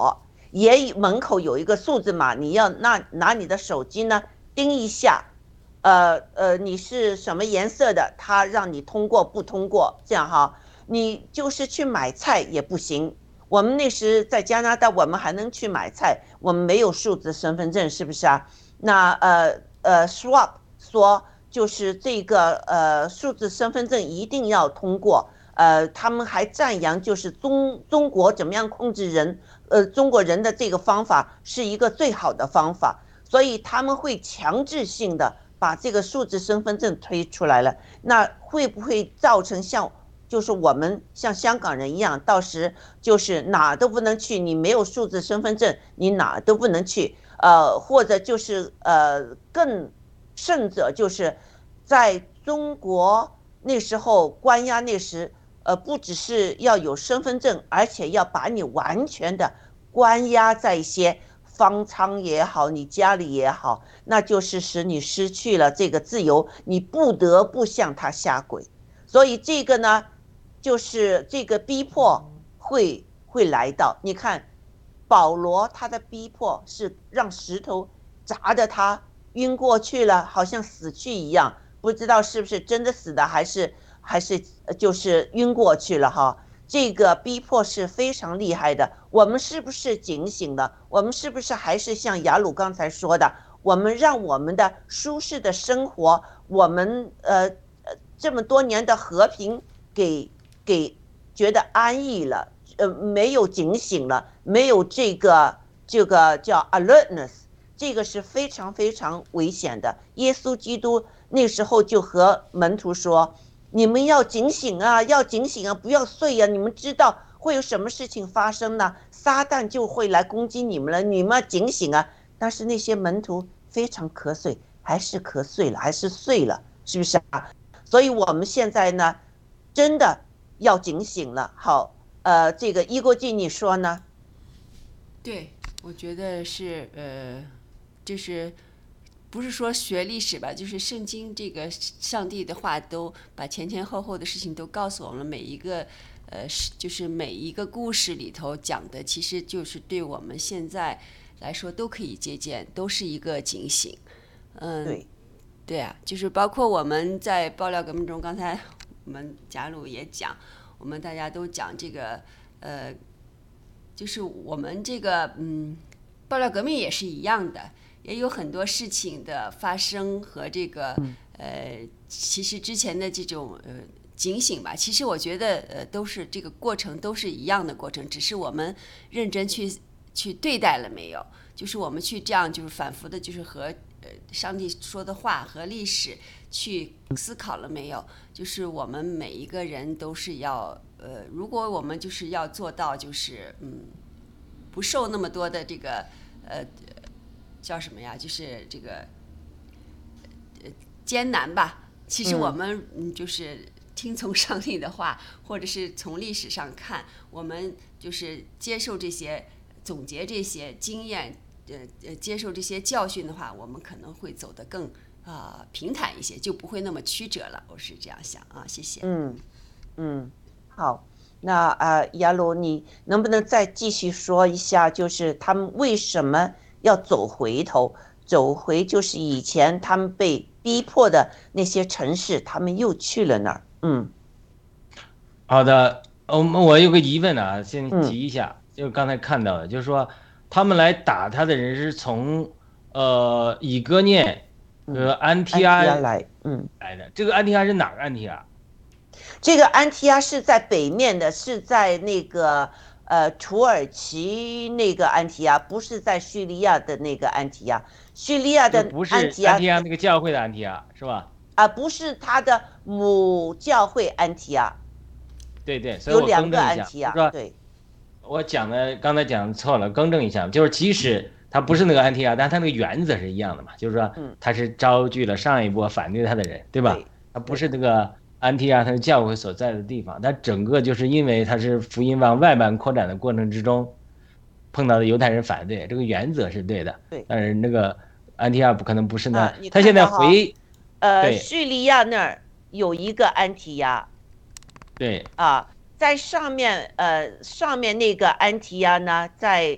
也门口有一个数字码，你要拿拿你的手机呢盯一下，呃呃，你是什么颜色的，它让你通过不通过，这样哈。你就是去买菜也不行。我们那时在加拿大，我们还能去买菜，我们没有数字身份证，是不是啊？那呃呃 ，swap 说就是这个呃数字身份证一定要通过。呃，他们还赞扬就是中中国怎么样控制人，呃，中国人的这个方法是一个最好的方法，所以他们会强制性的把这个数字身份证推出来了。那会不会造成像？就是我们像香港人一样，到时就是哪都不能去，你没有数字身份证，你哪都不能去。呃，或者就是呃更甚者，就是在中国那时候关押那时，呃，不只是要有身份证，而且要把你完全的关押在一些方舱也好，你家里也好，那就是使你失去了这个自由，你不得不向他下跪。所以这个呢。就是这个逼迫会会来到，你看保罗他的逼迫是让石头砸得他晕过去了，好像死去一样，不知道是不是真的死的，还是还是就是晕过去了哈。这个逼迫是非常厉害的，我们是不是警醒了？我们是不是还是像雅鲁刚才说的，我们让我们的舒适的生活，我们呃这么多年的和平给。给觉得安逸了，呃，没有警醒了，没有这个这个叫 alertness， 这个是非常非常危险的。耶稣基督那时候就和门徒说：“你们要警醒啊，要警醒啊，不要睡啊！你们知道会有什么事情发生呢？撒旦就会来攻击你们了，你们要警醒啊！”但是那些门徒非常瞌睡，还是瞌睡了，还是睡了，是不是啊？所以我们现在呢，真的。要警醒了。好，呃，这个一国际你说呢？ 对，我觉得是呃，就是不是说学历史吧，就是圣经这个上帝的话都把前前后后的事情都告诉我们，每一个呃，就是每一个故事里头讲的，其实就是对我们现在来说都可以借鉴，都是一个警醒。嗯， 对， 对啊，就是包括我们在爆料革命中，刚才。我们贾鲁也讲，我们大家都讲这个，呃，就是我们这个，嗯，爆料革命也是一样的，也有很多事情的发生和这个，呃，其实之前的这种呃警醒吧，其实我觉得呃都是这个过程都是一样的过程，只是我们认真去去对待了没有，就是我们去这样就是反复的，就是和呃上帝说的话和历史。去思考了没有？就是我们每一个人都是要，呃，如果我们就是要做到，就是嗯，不受那么多的这个，呃，叫什么呀？就是这个，呃，艰难吧。其实我们嗯，就是听从上帝的话，或者是从历史上看，我们就是接受这些，总结这些经验，呃呃，接受这些教训的话，我们可能会走得更。啊、呃，平坦一些，就不会那么曲折了。我是这样想啊，谢谢。 嗯嗯，好，那啊、呃，雅鲁，你能不能再继续说一下，就是他们为什么要走回头？走回就是以前他们被逼迫的那些城市，他们又去了哪儿？嗯， 好的，我我有个疑问啊，先提一下，嗯、就刚才看到的，就是说他们来打他的人是从呃以哥念。呃，安提阿来，嗯， 来的。这个安提阿是哪个安提阿？ 这个安提阿是在北面的，是在那个呃土耳其那个安提阿，不是在叙利亚的那个安提阿。叙利亚的安提阿不是安提阿那个教会的安提阿是吧？ 啊、呃，不是他的母教会安提阿。 对对，所以我更正一下， 对， 我讲的刚才讲错了，更正一下，就是即使。他不是那个安提阿，但他那个原则是一样的嘛，就是说他是招聚了上一波反对他的人，对吧？他不是那个安提阿他的教会所在的地方，他整个就是因为他是福音往外邦扩展的过程之中，碰到的犹太人反对，这个原则是对的。 对， 但是那个安提阿不可能不是那，啊、他现在回， 呃，叙利亚那儿有一个安提亚， 对， 啊，在上面呃上面那个安提亚呢，在。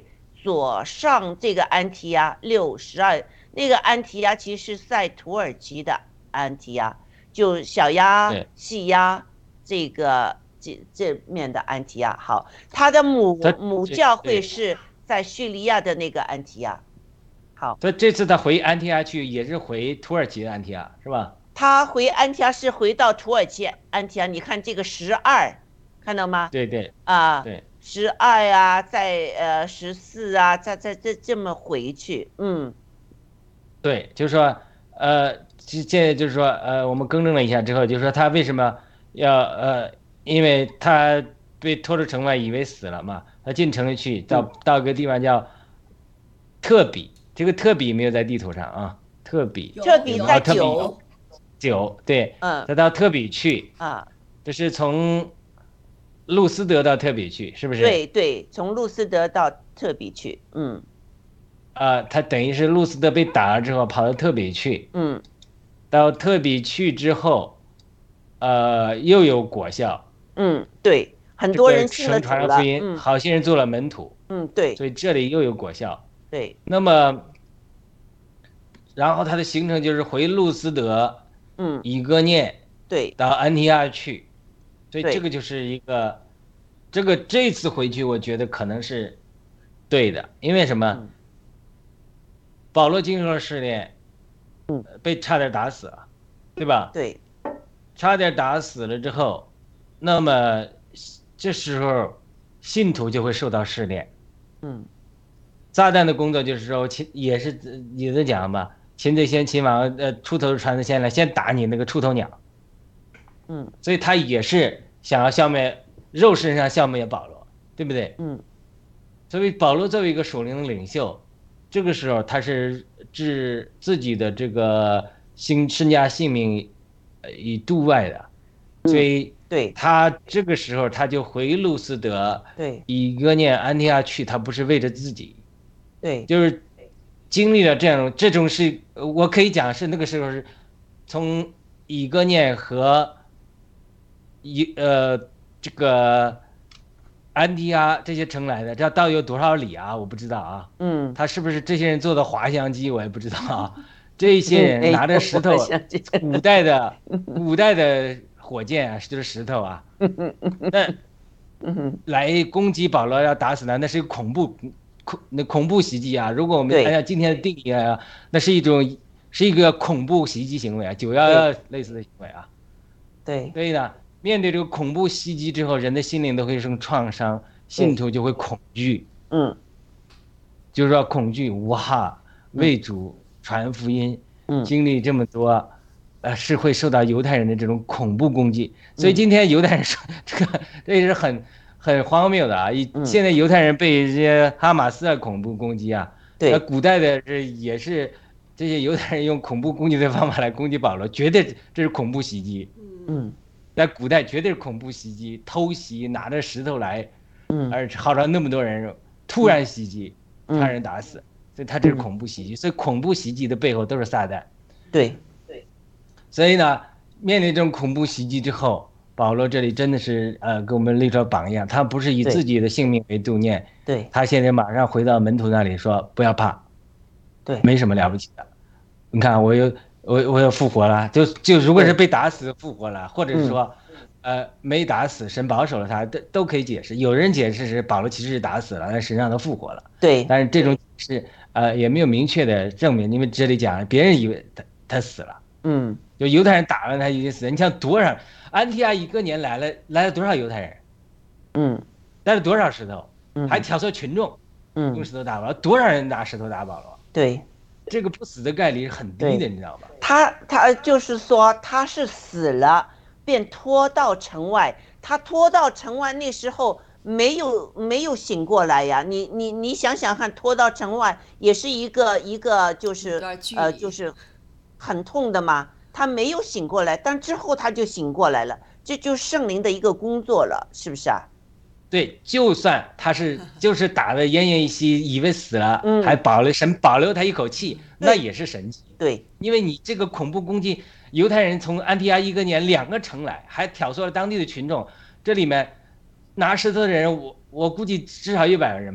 锁上这个安提亚六十二，那个安提亚其实是在土耳其的安提亚，就小鸭、细鸭这个这这面的安提亚。好，他的母母教会是在叙利亚的那个安提亚。好， 所以这次他回安提亚去也是回土耳其的安提亚，是吧？ 他回安提亚是回到土耳其安提亚，你看这个十二，看到吗？ 对对啊， 对， 十二啊，再呃十四啊，再再这这么回去，嗯， 对，就是说，呃，现在就是说，呃，我们更正了一下之后，就是说他为什么要呃，因为他被拖出城外，以为死了嘛，他进城里去，到到个地方叫特比，这个特比没有在地图上啊，特比， 特比在九。 九对， 嗯， 他到特比去啊， 这是从路斯德到特比去，是不是？ 对对，从路斯德到特比去，嗯， 啊、呃，他等于是路斯德被打了之后，跑到特比去， 嗯， 到特比去之后，呃，又有果效， 嗯，对，很多人信了主了， 传了福音， 嗯， 好些人做了门徒， 嗯，对， 所以这里又有果效， 对， 那么，然后他的行程就是回路斯德。 嗯， 以哥念对， 到安提亚去，所以这个就是一个，这个这次回去我觉得可能是对的，因为什么？ 嗯、 保罗经受了试炼， 嗯， 被差点打死了，对吧？ 对， 差点打死了之后，那么这时候信徒就会受到试炼， 嗯， 撒旦的工作就是说，也是也在讲嘛。擒贼先擒王，呃，出头船子先来，先打你那个出头鸟。 嗯， 所以他也是想要消灭肉身上消灭保罗，对不对？ 嗯， 所以保罗作为一个属灵的领袖，这个时候他是置自己的这个性身家性命以度外的，所以对他这个时候他就回路斯德， 对， 以哥念安提亚去，他不是为着自己， 对， 就是经历了这样这种是，我可以讲是那个时候是从以哥念和一呃这个安提阿这些城来的，这到底有多少里啊？我不知道啊。 嗯， 他是不是这些人做的滑翔机？我也不知道啊。这些人拿着石头，古代的古代的火箭啊，就是石头啊。那来攻击保罗要打死他，那是恐怖恐那恐怖袭击啊！如果我们按照今天的定义啊，那是一种是一个恐怖袭击行为啊，九幺幺类似的行为啊。 对， 所以呢，面对这个恐怖袭击之后，人的心灵都会生创伤，信徒就会恐惧。 嗯， 就是说恐惧，哇，为主传福音， 嗯， 经历这么多，呃，是会受到犹太人的这种恐怖攻击。所以今天犹太人说这个，这是很很荒谬的啊！现在犹太人被这些哈马斯的恐怖攻击啊， 对， 古代的这也是这些犹太人用恐怖攻击的方法来攻击保罗，绝对这是恐怖袭击。 嗯， 在古代绝对是恐怖袭击，偷袭，拿着石头来， 嗯， 而号召那么多人突然袭击，把人打死，所以他这是恐怖袭击。所以恐怖袭击的背后都是撒旦。 对对，所以呢，面临这种恐怖袭击之后，保罗这里真的是呃给我们立出榜样，他不是以自己的性命为度念， 对， 他现在马上回到门徒那里说不要怕， 对， 没什么了不起的，你看我又我我又复活了，就就如果是被打死复活了，或者是说，呃没打死，神保守了他，都都可以解释。有人解释是保罗其实是打死了，但神让他复活了。 对， 但是这种是呃也没有明确的证明，因为这里讲别人以为他他死了， 嗯， 就犹太人打了他已经死了。你像多少安提阿一个年来了来了多少犹太人， 嗯， 带了多少石头， 嗯， 还挑唆群众， 嗯， 用石头打保罗，多少人拿石头打保罗？ 对。 这个不死的概率是很低的，你知道吧？ 他他就是说他是死了，便拖到城外。他拖到城外那时候没有没有醒过来呀。你你你想想看，拖到城外也是一个一个就是呃就是很痛的嘛。他没有醒过来，但之后他就醒过来了，这就是圣灵的一个工作了，是不是啊？ 对，就算他是就是打得奄奄一息，以为死了，嗯、还保留神保留他一口气，那也是神迹。 对， 因为你这个恐怖攻击，犹太人从安提阿一个年两个城来，还挑唆了当地的群众，这里面拿石头的人，我我估计至少一百个人吧，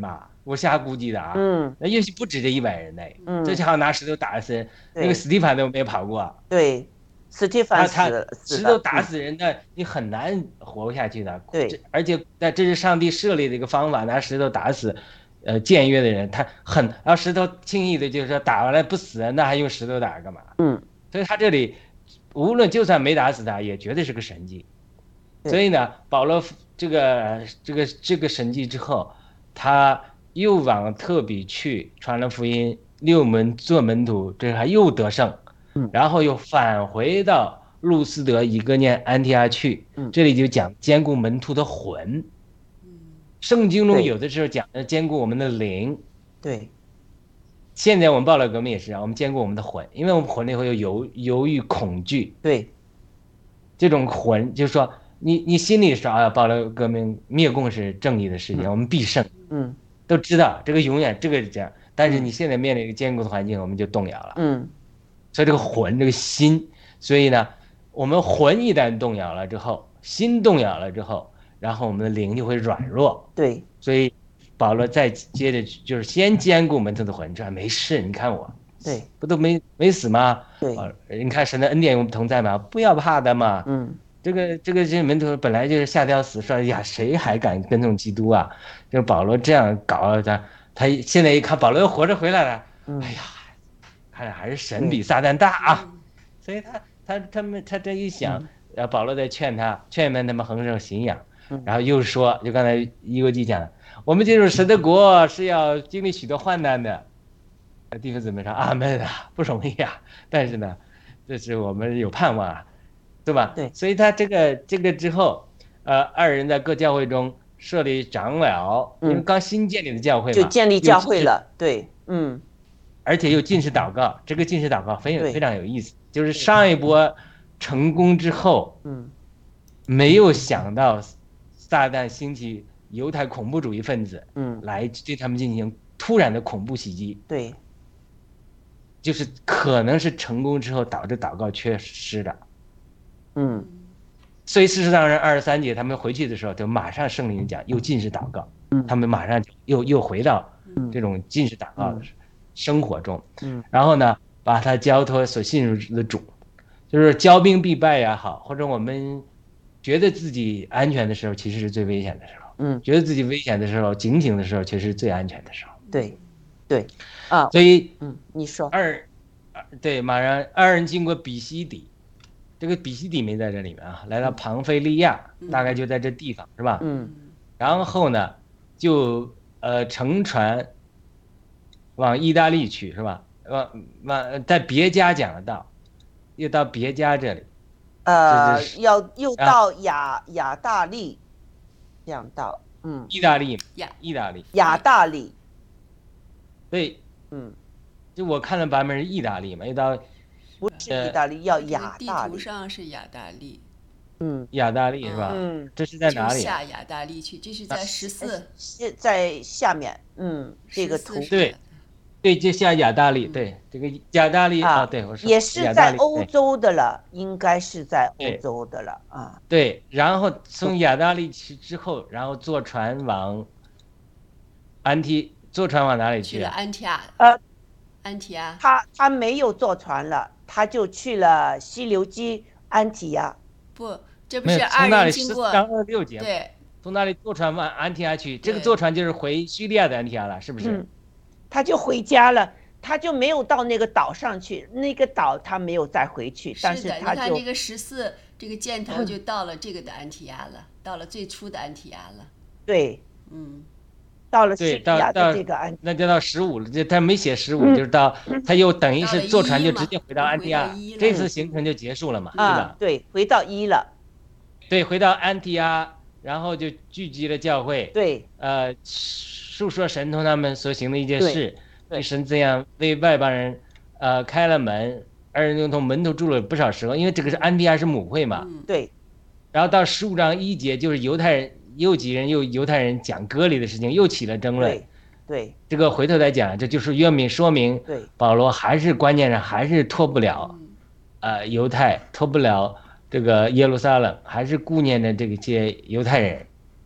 我瞎估计的啊， 嗯， 那也许不止这一百人呢， 嗯， 这家伙拿石头打死人，那个斯蒂凡都没跑过， 对，斯蒂凡死他了， 石头打死人的，你很难活下去的， 对， 而且那这是上帝设立的一个方法，拿石头打死。呃，僭越的人，他很，然后石头轻易的就是说打完了不死，那还用石头打干嘛？ 嗯， 所以他这里无论就算没打死他，也绝对是个神迹。所以呢，保罗这个这个这个神迹之后，他又往特比去传了福音，六门做门徒，这还又得胜， 嗯， 然后又返回到路斯德、以哥念、安提阿去， 嗯， 这里就讲兼顾门徒的魂。圣经中有的时候讲的兼顾我们的灵， 对。 现在我们报了革命也是啊，我们兼顾我们的魂，因为我们魂里会有犹犹豫、恐惧， 对， 这种魂就是说，你你心里说啊，报了革命灭共是正义的事情，嗯、我们必胜， 嗯， 都知道这个永远这个这样，但是你现在面临一个坚固的环境，我们就动摇了， 嗯， 所以这个魂这个心，所以呢，我们魂一旦动摇了之后，心动摇了之后。然后我们的灵就会软弱， 对， 所以保罗再接着就是先兼顾门徒的魂，这没事，你看我， 对， 不都没没死吗？ 对， 你看神的恩典我们同在吗？不要怕的嘛， 嗯， 这个这个这门徒本来就是下吊死，说呀谁还敢跟从基督啊？这个保罗这样搞他，他现在一看保罗又活着回来了， 嗯、 哎呀，看来还是神比撒旦大啊，嗯、所以他他他们他这一想，然后保罗在劝他，劝勉他们恒守信仰。然后又说，就刚才一国际讲的，我们进入神的国是要经历许多患难的。弟兄姊妹说阿门啊，不容易啊，但是呢，这是我们有盼望啊，对吧？ 对。 所以他这个这个之后，呃，二人在各教会中设立长老，因为刚新建立的教会嘛， 就建立教会了，对，嗯。 而且又禁食祷告，这个禁食祷告非常非常有意思，就是上一波成功之后， 嗯， 没有想到。撒旦兴起犹太恐怖主义分子， 嗯， 来对他们进行突然的恐怖袭击， 对， 就是可能是成功之后导致祷告缺失的， 嗯， 所以事实上是二十三节他们回去的时候，就马上圣灵讲又禁食祷告， 嗯， 他们马上就又又回到这种禁食祷告的生活中， 嗯， 然后呢，把他交托所信任的主，就是骄兵必败也好，或者我们。觉得自己安全的时候，其实是最危险的时候。 嗯， 觉得自己危险的时候，警醒的时候，其实是最安全的时候。 对，对，啊， 所以， 嗯，你说二，对，马上二人经过比西底，这个比西底没在这里面啊，来到庞菲利亚， 嗯、 大概就在这地方，是吧？ 嗯， 然后呢，就呃乘船往意大利去，是吧？往往在别家讲的道，又到别家这里。 呃，要又到亚、啊、亚大利，这样到，嗯， 意大利， 亚意大利， 亚大利， 对， 嗯， 就我看的版本是意大利嘛，又到， 不是意大利，要亚大利， 地图上是亚大利， 嗯， 亚大利是吧？ 嗯， 这是在哪里？ 下亚大利去，这是在十四， 在下面，嗯，这个图， 对。对，就像亚大利，对这个亚大利啊，对，我说也是在欧洲的了，应该是在欧洲的了啊。 对，然后从亚大利去之后，然后坐船往安提，坐船往哪里去？ 去了安提阿。 呃， 安提阿。 他他没有坐船了，他就去了西流基安提亚。 不，这不是二人经过。 章二六节。 对。 从那里坐船往安提阿去，这个坐船就是回叙利亚的安提阿了，是不是？ 嗯，他就回家了，他就没有到那个岛上去，那个岛他没有再回去，但是他就你看这个十四这个箭头就到了这个的安提亚了，到了最初的安提亚了。 对， 嗯， 到了叙利亚的这个安， 那就到十五了，就他没写十五，就是到他又等于是坐船就直接回到安提亚，这次行程就结束了嘛，对吧？ 对，回到一了。 对，回到安提亚，然后就聚集了教会。 对， 呃。述说神同他们所行的一件事，对神这样为外邦人，呃，开了门，二人同门徒住了不少时候，因为这个是安提阿是母会嘛。 对。 然后到十五章一节，就是犹太人又几人又犹太人讲割礼的事情又起了争论。 对。对。 这个回头再讲，这就是约明说明， 对， 保罗还是关键上还是脱不了，呃，犹太脱不了这个耶路撒冷，还是顾念的这个些犹太人。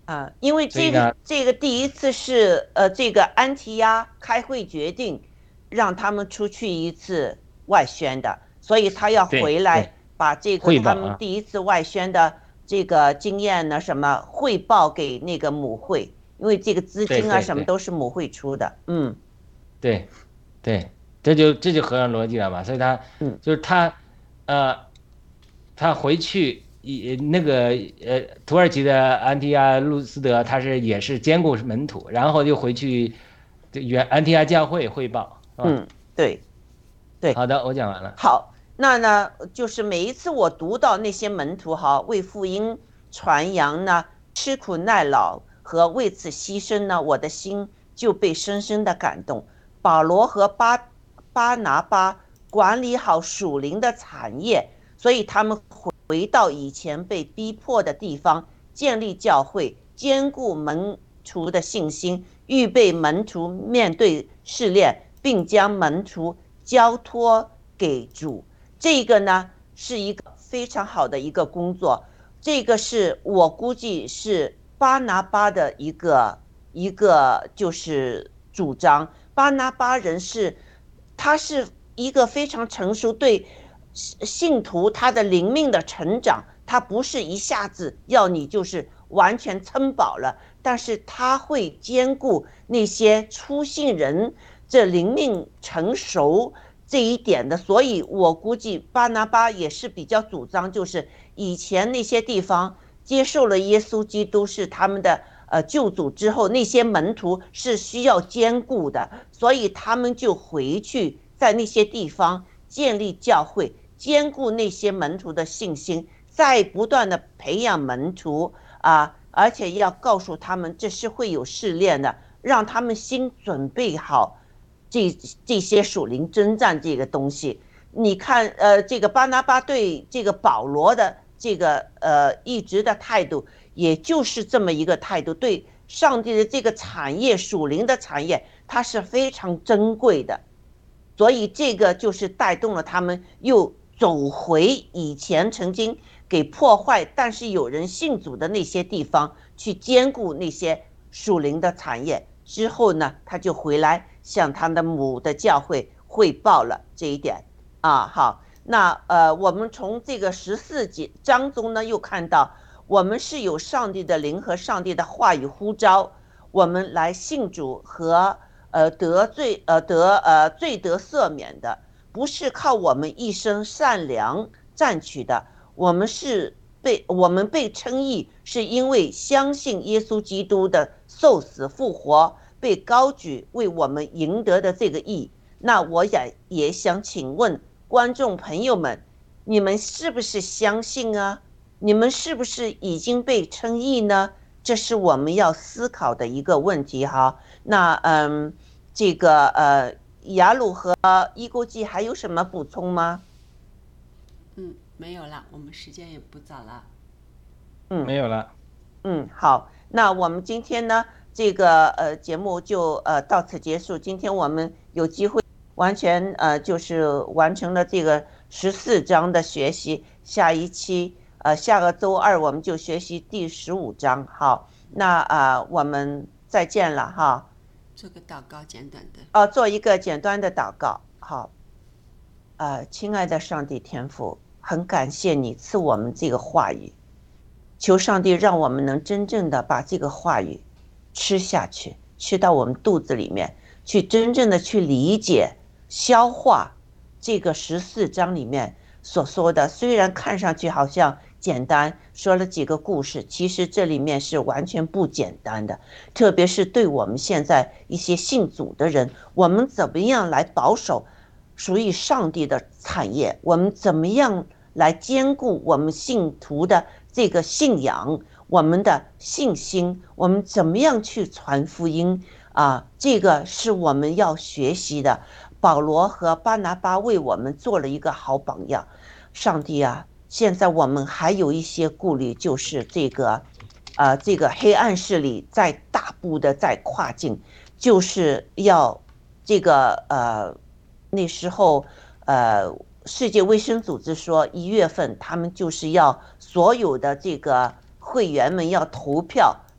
啊，因为这个这个第一次是呃，这个安提亚开会决定让他们出去一次外宣的，所以他要回来把这个他们第一次外宣的这个经验呢什么汇报给那个母会，因为这个资金啊什么都是母会出的。嗯， 对，对，这就这就合上逻辑了嘛，所以他嗯就是他呃他回去。以那个呃，土耳其的安提亚路斯德，他是也是兼顾门徒，然后就回去原安提亚教会汇报。 嗯，对，对。 好的，我讲完了。 好，那呢，就是每一次我读到那些门徒哈，为福音传扬呢，吃苦耐劳和为此牺牲呢，我的心就被深深的感动。保罗和巴巴拿巴管理好属灵的产业，所以他们回到以前被逼迫的地方，建立教会，兼顾门徒的信心，预备门徒面对试炼，并将门徒交托给主。这个呢是一个非常好的一个工作，这个是我估计是巴拿巴的一个一个就是主张。巴拿巴人是他是一个非常成熟，对信徒他的灵命的成长，他不是一下子要你就是完全撑饱了，但是他会兼顾那些初信人这灵命成熟这一点的。所以我估计巴拿巴也是比较主张，就是以前那些地方接受了耶稣基督是他们的呃救主之后，那些门徒是需要兼顾的，所以他们就回去在那些地方建立教会，兼顾那些门徒的信心，再不断的培养门徒啊，而且要告诉他们这是会有试炼的，让他们心准备好这这些属灵征战这个东西。你看，呃，这个巴拿巴对这个保罗的这个呃一直的态度，也就是这么一个态度，对上帝的这个产业，属灵的产业，它是非常珍贵的，所以这个就是带动了他们又走回以前曾经给破坏但是有人信主的那些地方，去兼顾那些属灵的产业。之后呢，他就回来向他的母的教会汇报了这一点啊。好，那呃，我们从这个十四节章中呢，又看到我们是有上帝的灵和上帝的话语呼召我们来信主和呃得罪呃得呃罪得赦免的，不是靠我们一生善良占取的，我们是被我们被称义，是因为相信耶稣基督的受死复活，被高举为我们赢得的这个义。那我也也想请问观众朋友们，你们是不是相信啊？你们是不是已经被称义呢？这是我们要思考的一个问题哈。那嗯，这个呃，雅鲁和伊锅记还有什么补充吗？ 嗯，没有了，我们时间也不早了。 嗯， 没有了。 嗯，好，那我们今天呢，这个呃节目就呃到此结束。今天我们有机会完全呃就是完成了这个十四章的学习，下一期呃下个周二我们就学习第十五章。好，那啊、呃、我们再见了哈。 做个祷告，简短的。 哦，做一个简单的祷告。好，呃，亲爱的上帝天父，很感谢你赐我们这个话语，求上帝让我们能真正的把这个话语吃下去，吃到我们肚子里面去，真正的去理解、消化这个十四章里面所说的。虽然看上去好像简单，说了几个故事，其实这里面是完全不简单的。特别是对我们现在一些信主的人，我们怎么样来保守属于上帝的产业？我们怎么样来兼顾我们信徒的这个信仰，我们的信心？我们怎么样去传福音啊？这个是我们要学习的。保罗和巴拿巴为我们做了一个好榜样。上帝啊，现在我们还有一些顾虑，就是这个呃，这个黑暗势力在大步的在跨境，就是要这个呃那时候呃世界卫生组织说一月份他们就是要所有的这个会员们要投票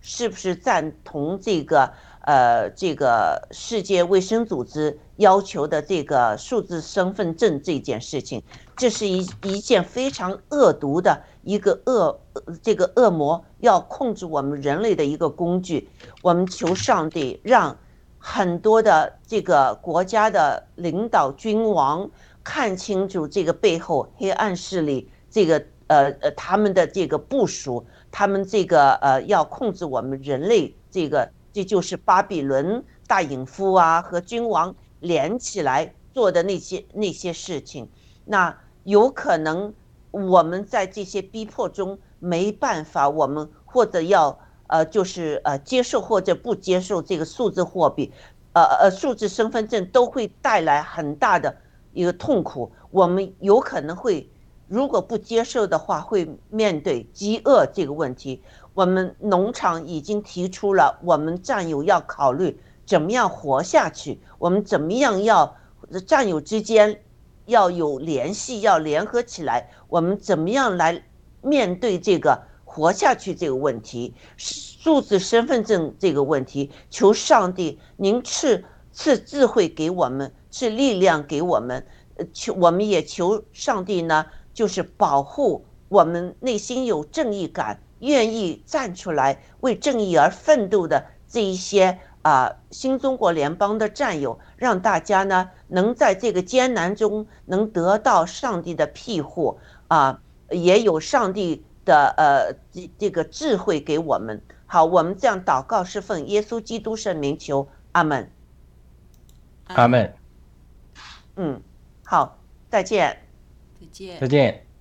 是不是赞同这个呃这个世界卫生组织要求的这个数字身份证这件事情？这是一一件非常恶毒的一个恶这个恶魔要控制我们人类的一个工具。我们求上帝让很多的这个国家的领导君王看清楚这个背后黑暗势力这个呃呃他们的这个部署，他们这个呃要控制我们人类这个，这就是巴比伦大淫妇啊和君王连起来做的那些那些事情。那有可能我们在这些逼迫中没办法，我们或者要呃就是呃接受或者不接受这个数字货币，呃呃数字身份证都会带来很大的一个痛苦。我们有可能会，如果不接受的话，会面对饥饿这个问题。我们农场已经提出了，我们战友要考虑怎么样活下去，我们怎么样要战友之间要有联系，要联合起来，我们怎么样来面对这个活下去这个问题，数字身份证这个问题。求上帝您赐赐智慧给我们，赐力量给我们，求我们也求上帝呢，就是保护我们内心有正义感，愿意站出来为正义而奋斗的这一些啊、呃、新中国联邦的战友，让大家呢能在这个艰难中能得到上帝的庇护啊、呃，也有上帝的呃这这个智慧给我们。好，我们这样祷告是奉耶稣基督圣名求，阿门。 阿门。 嗯，好，再见。 再见。 再见。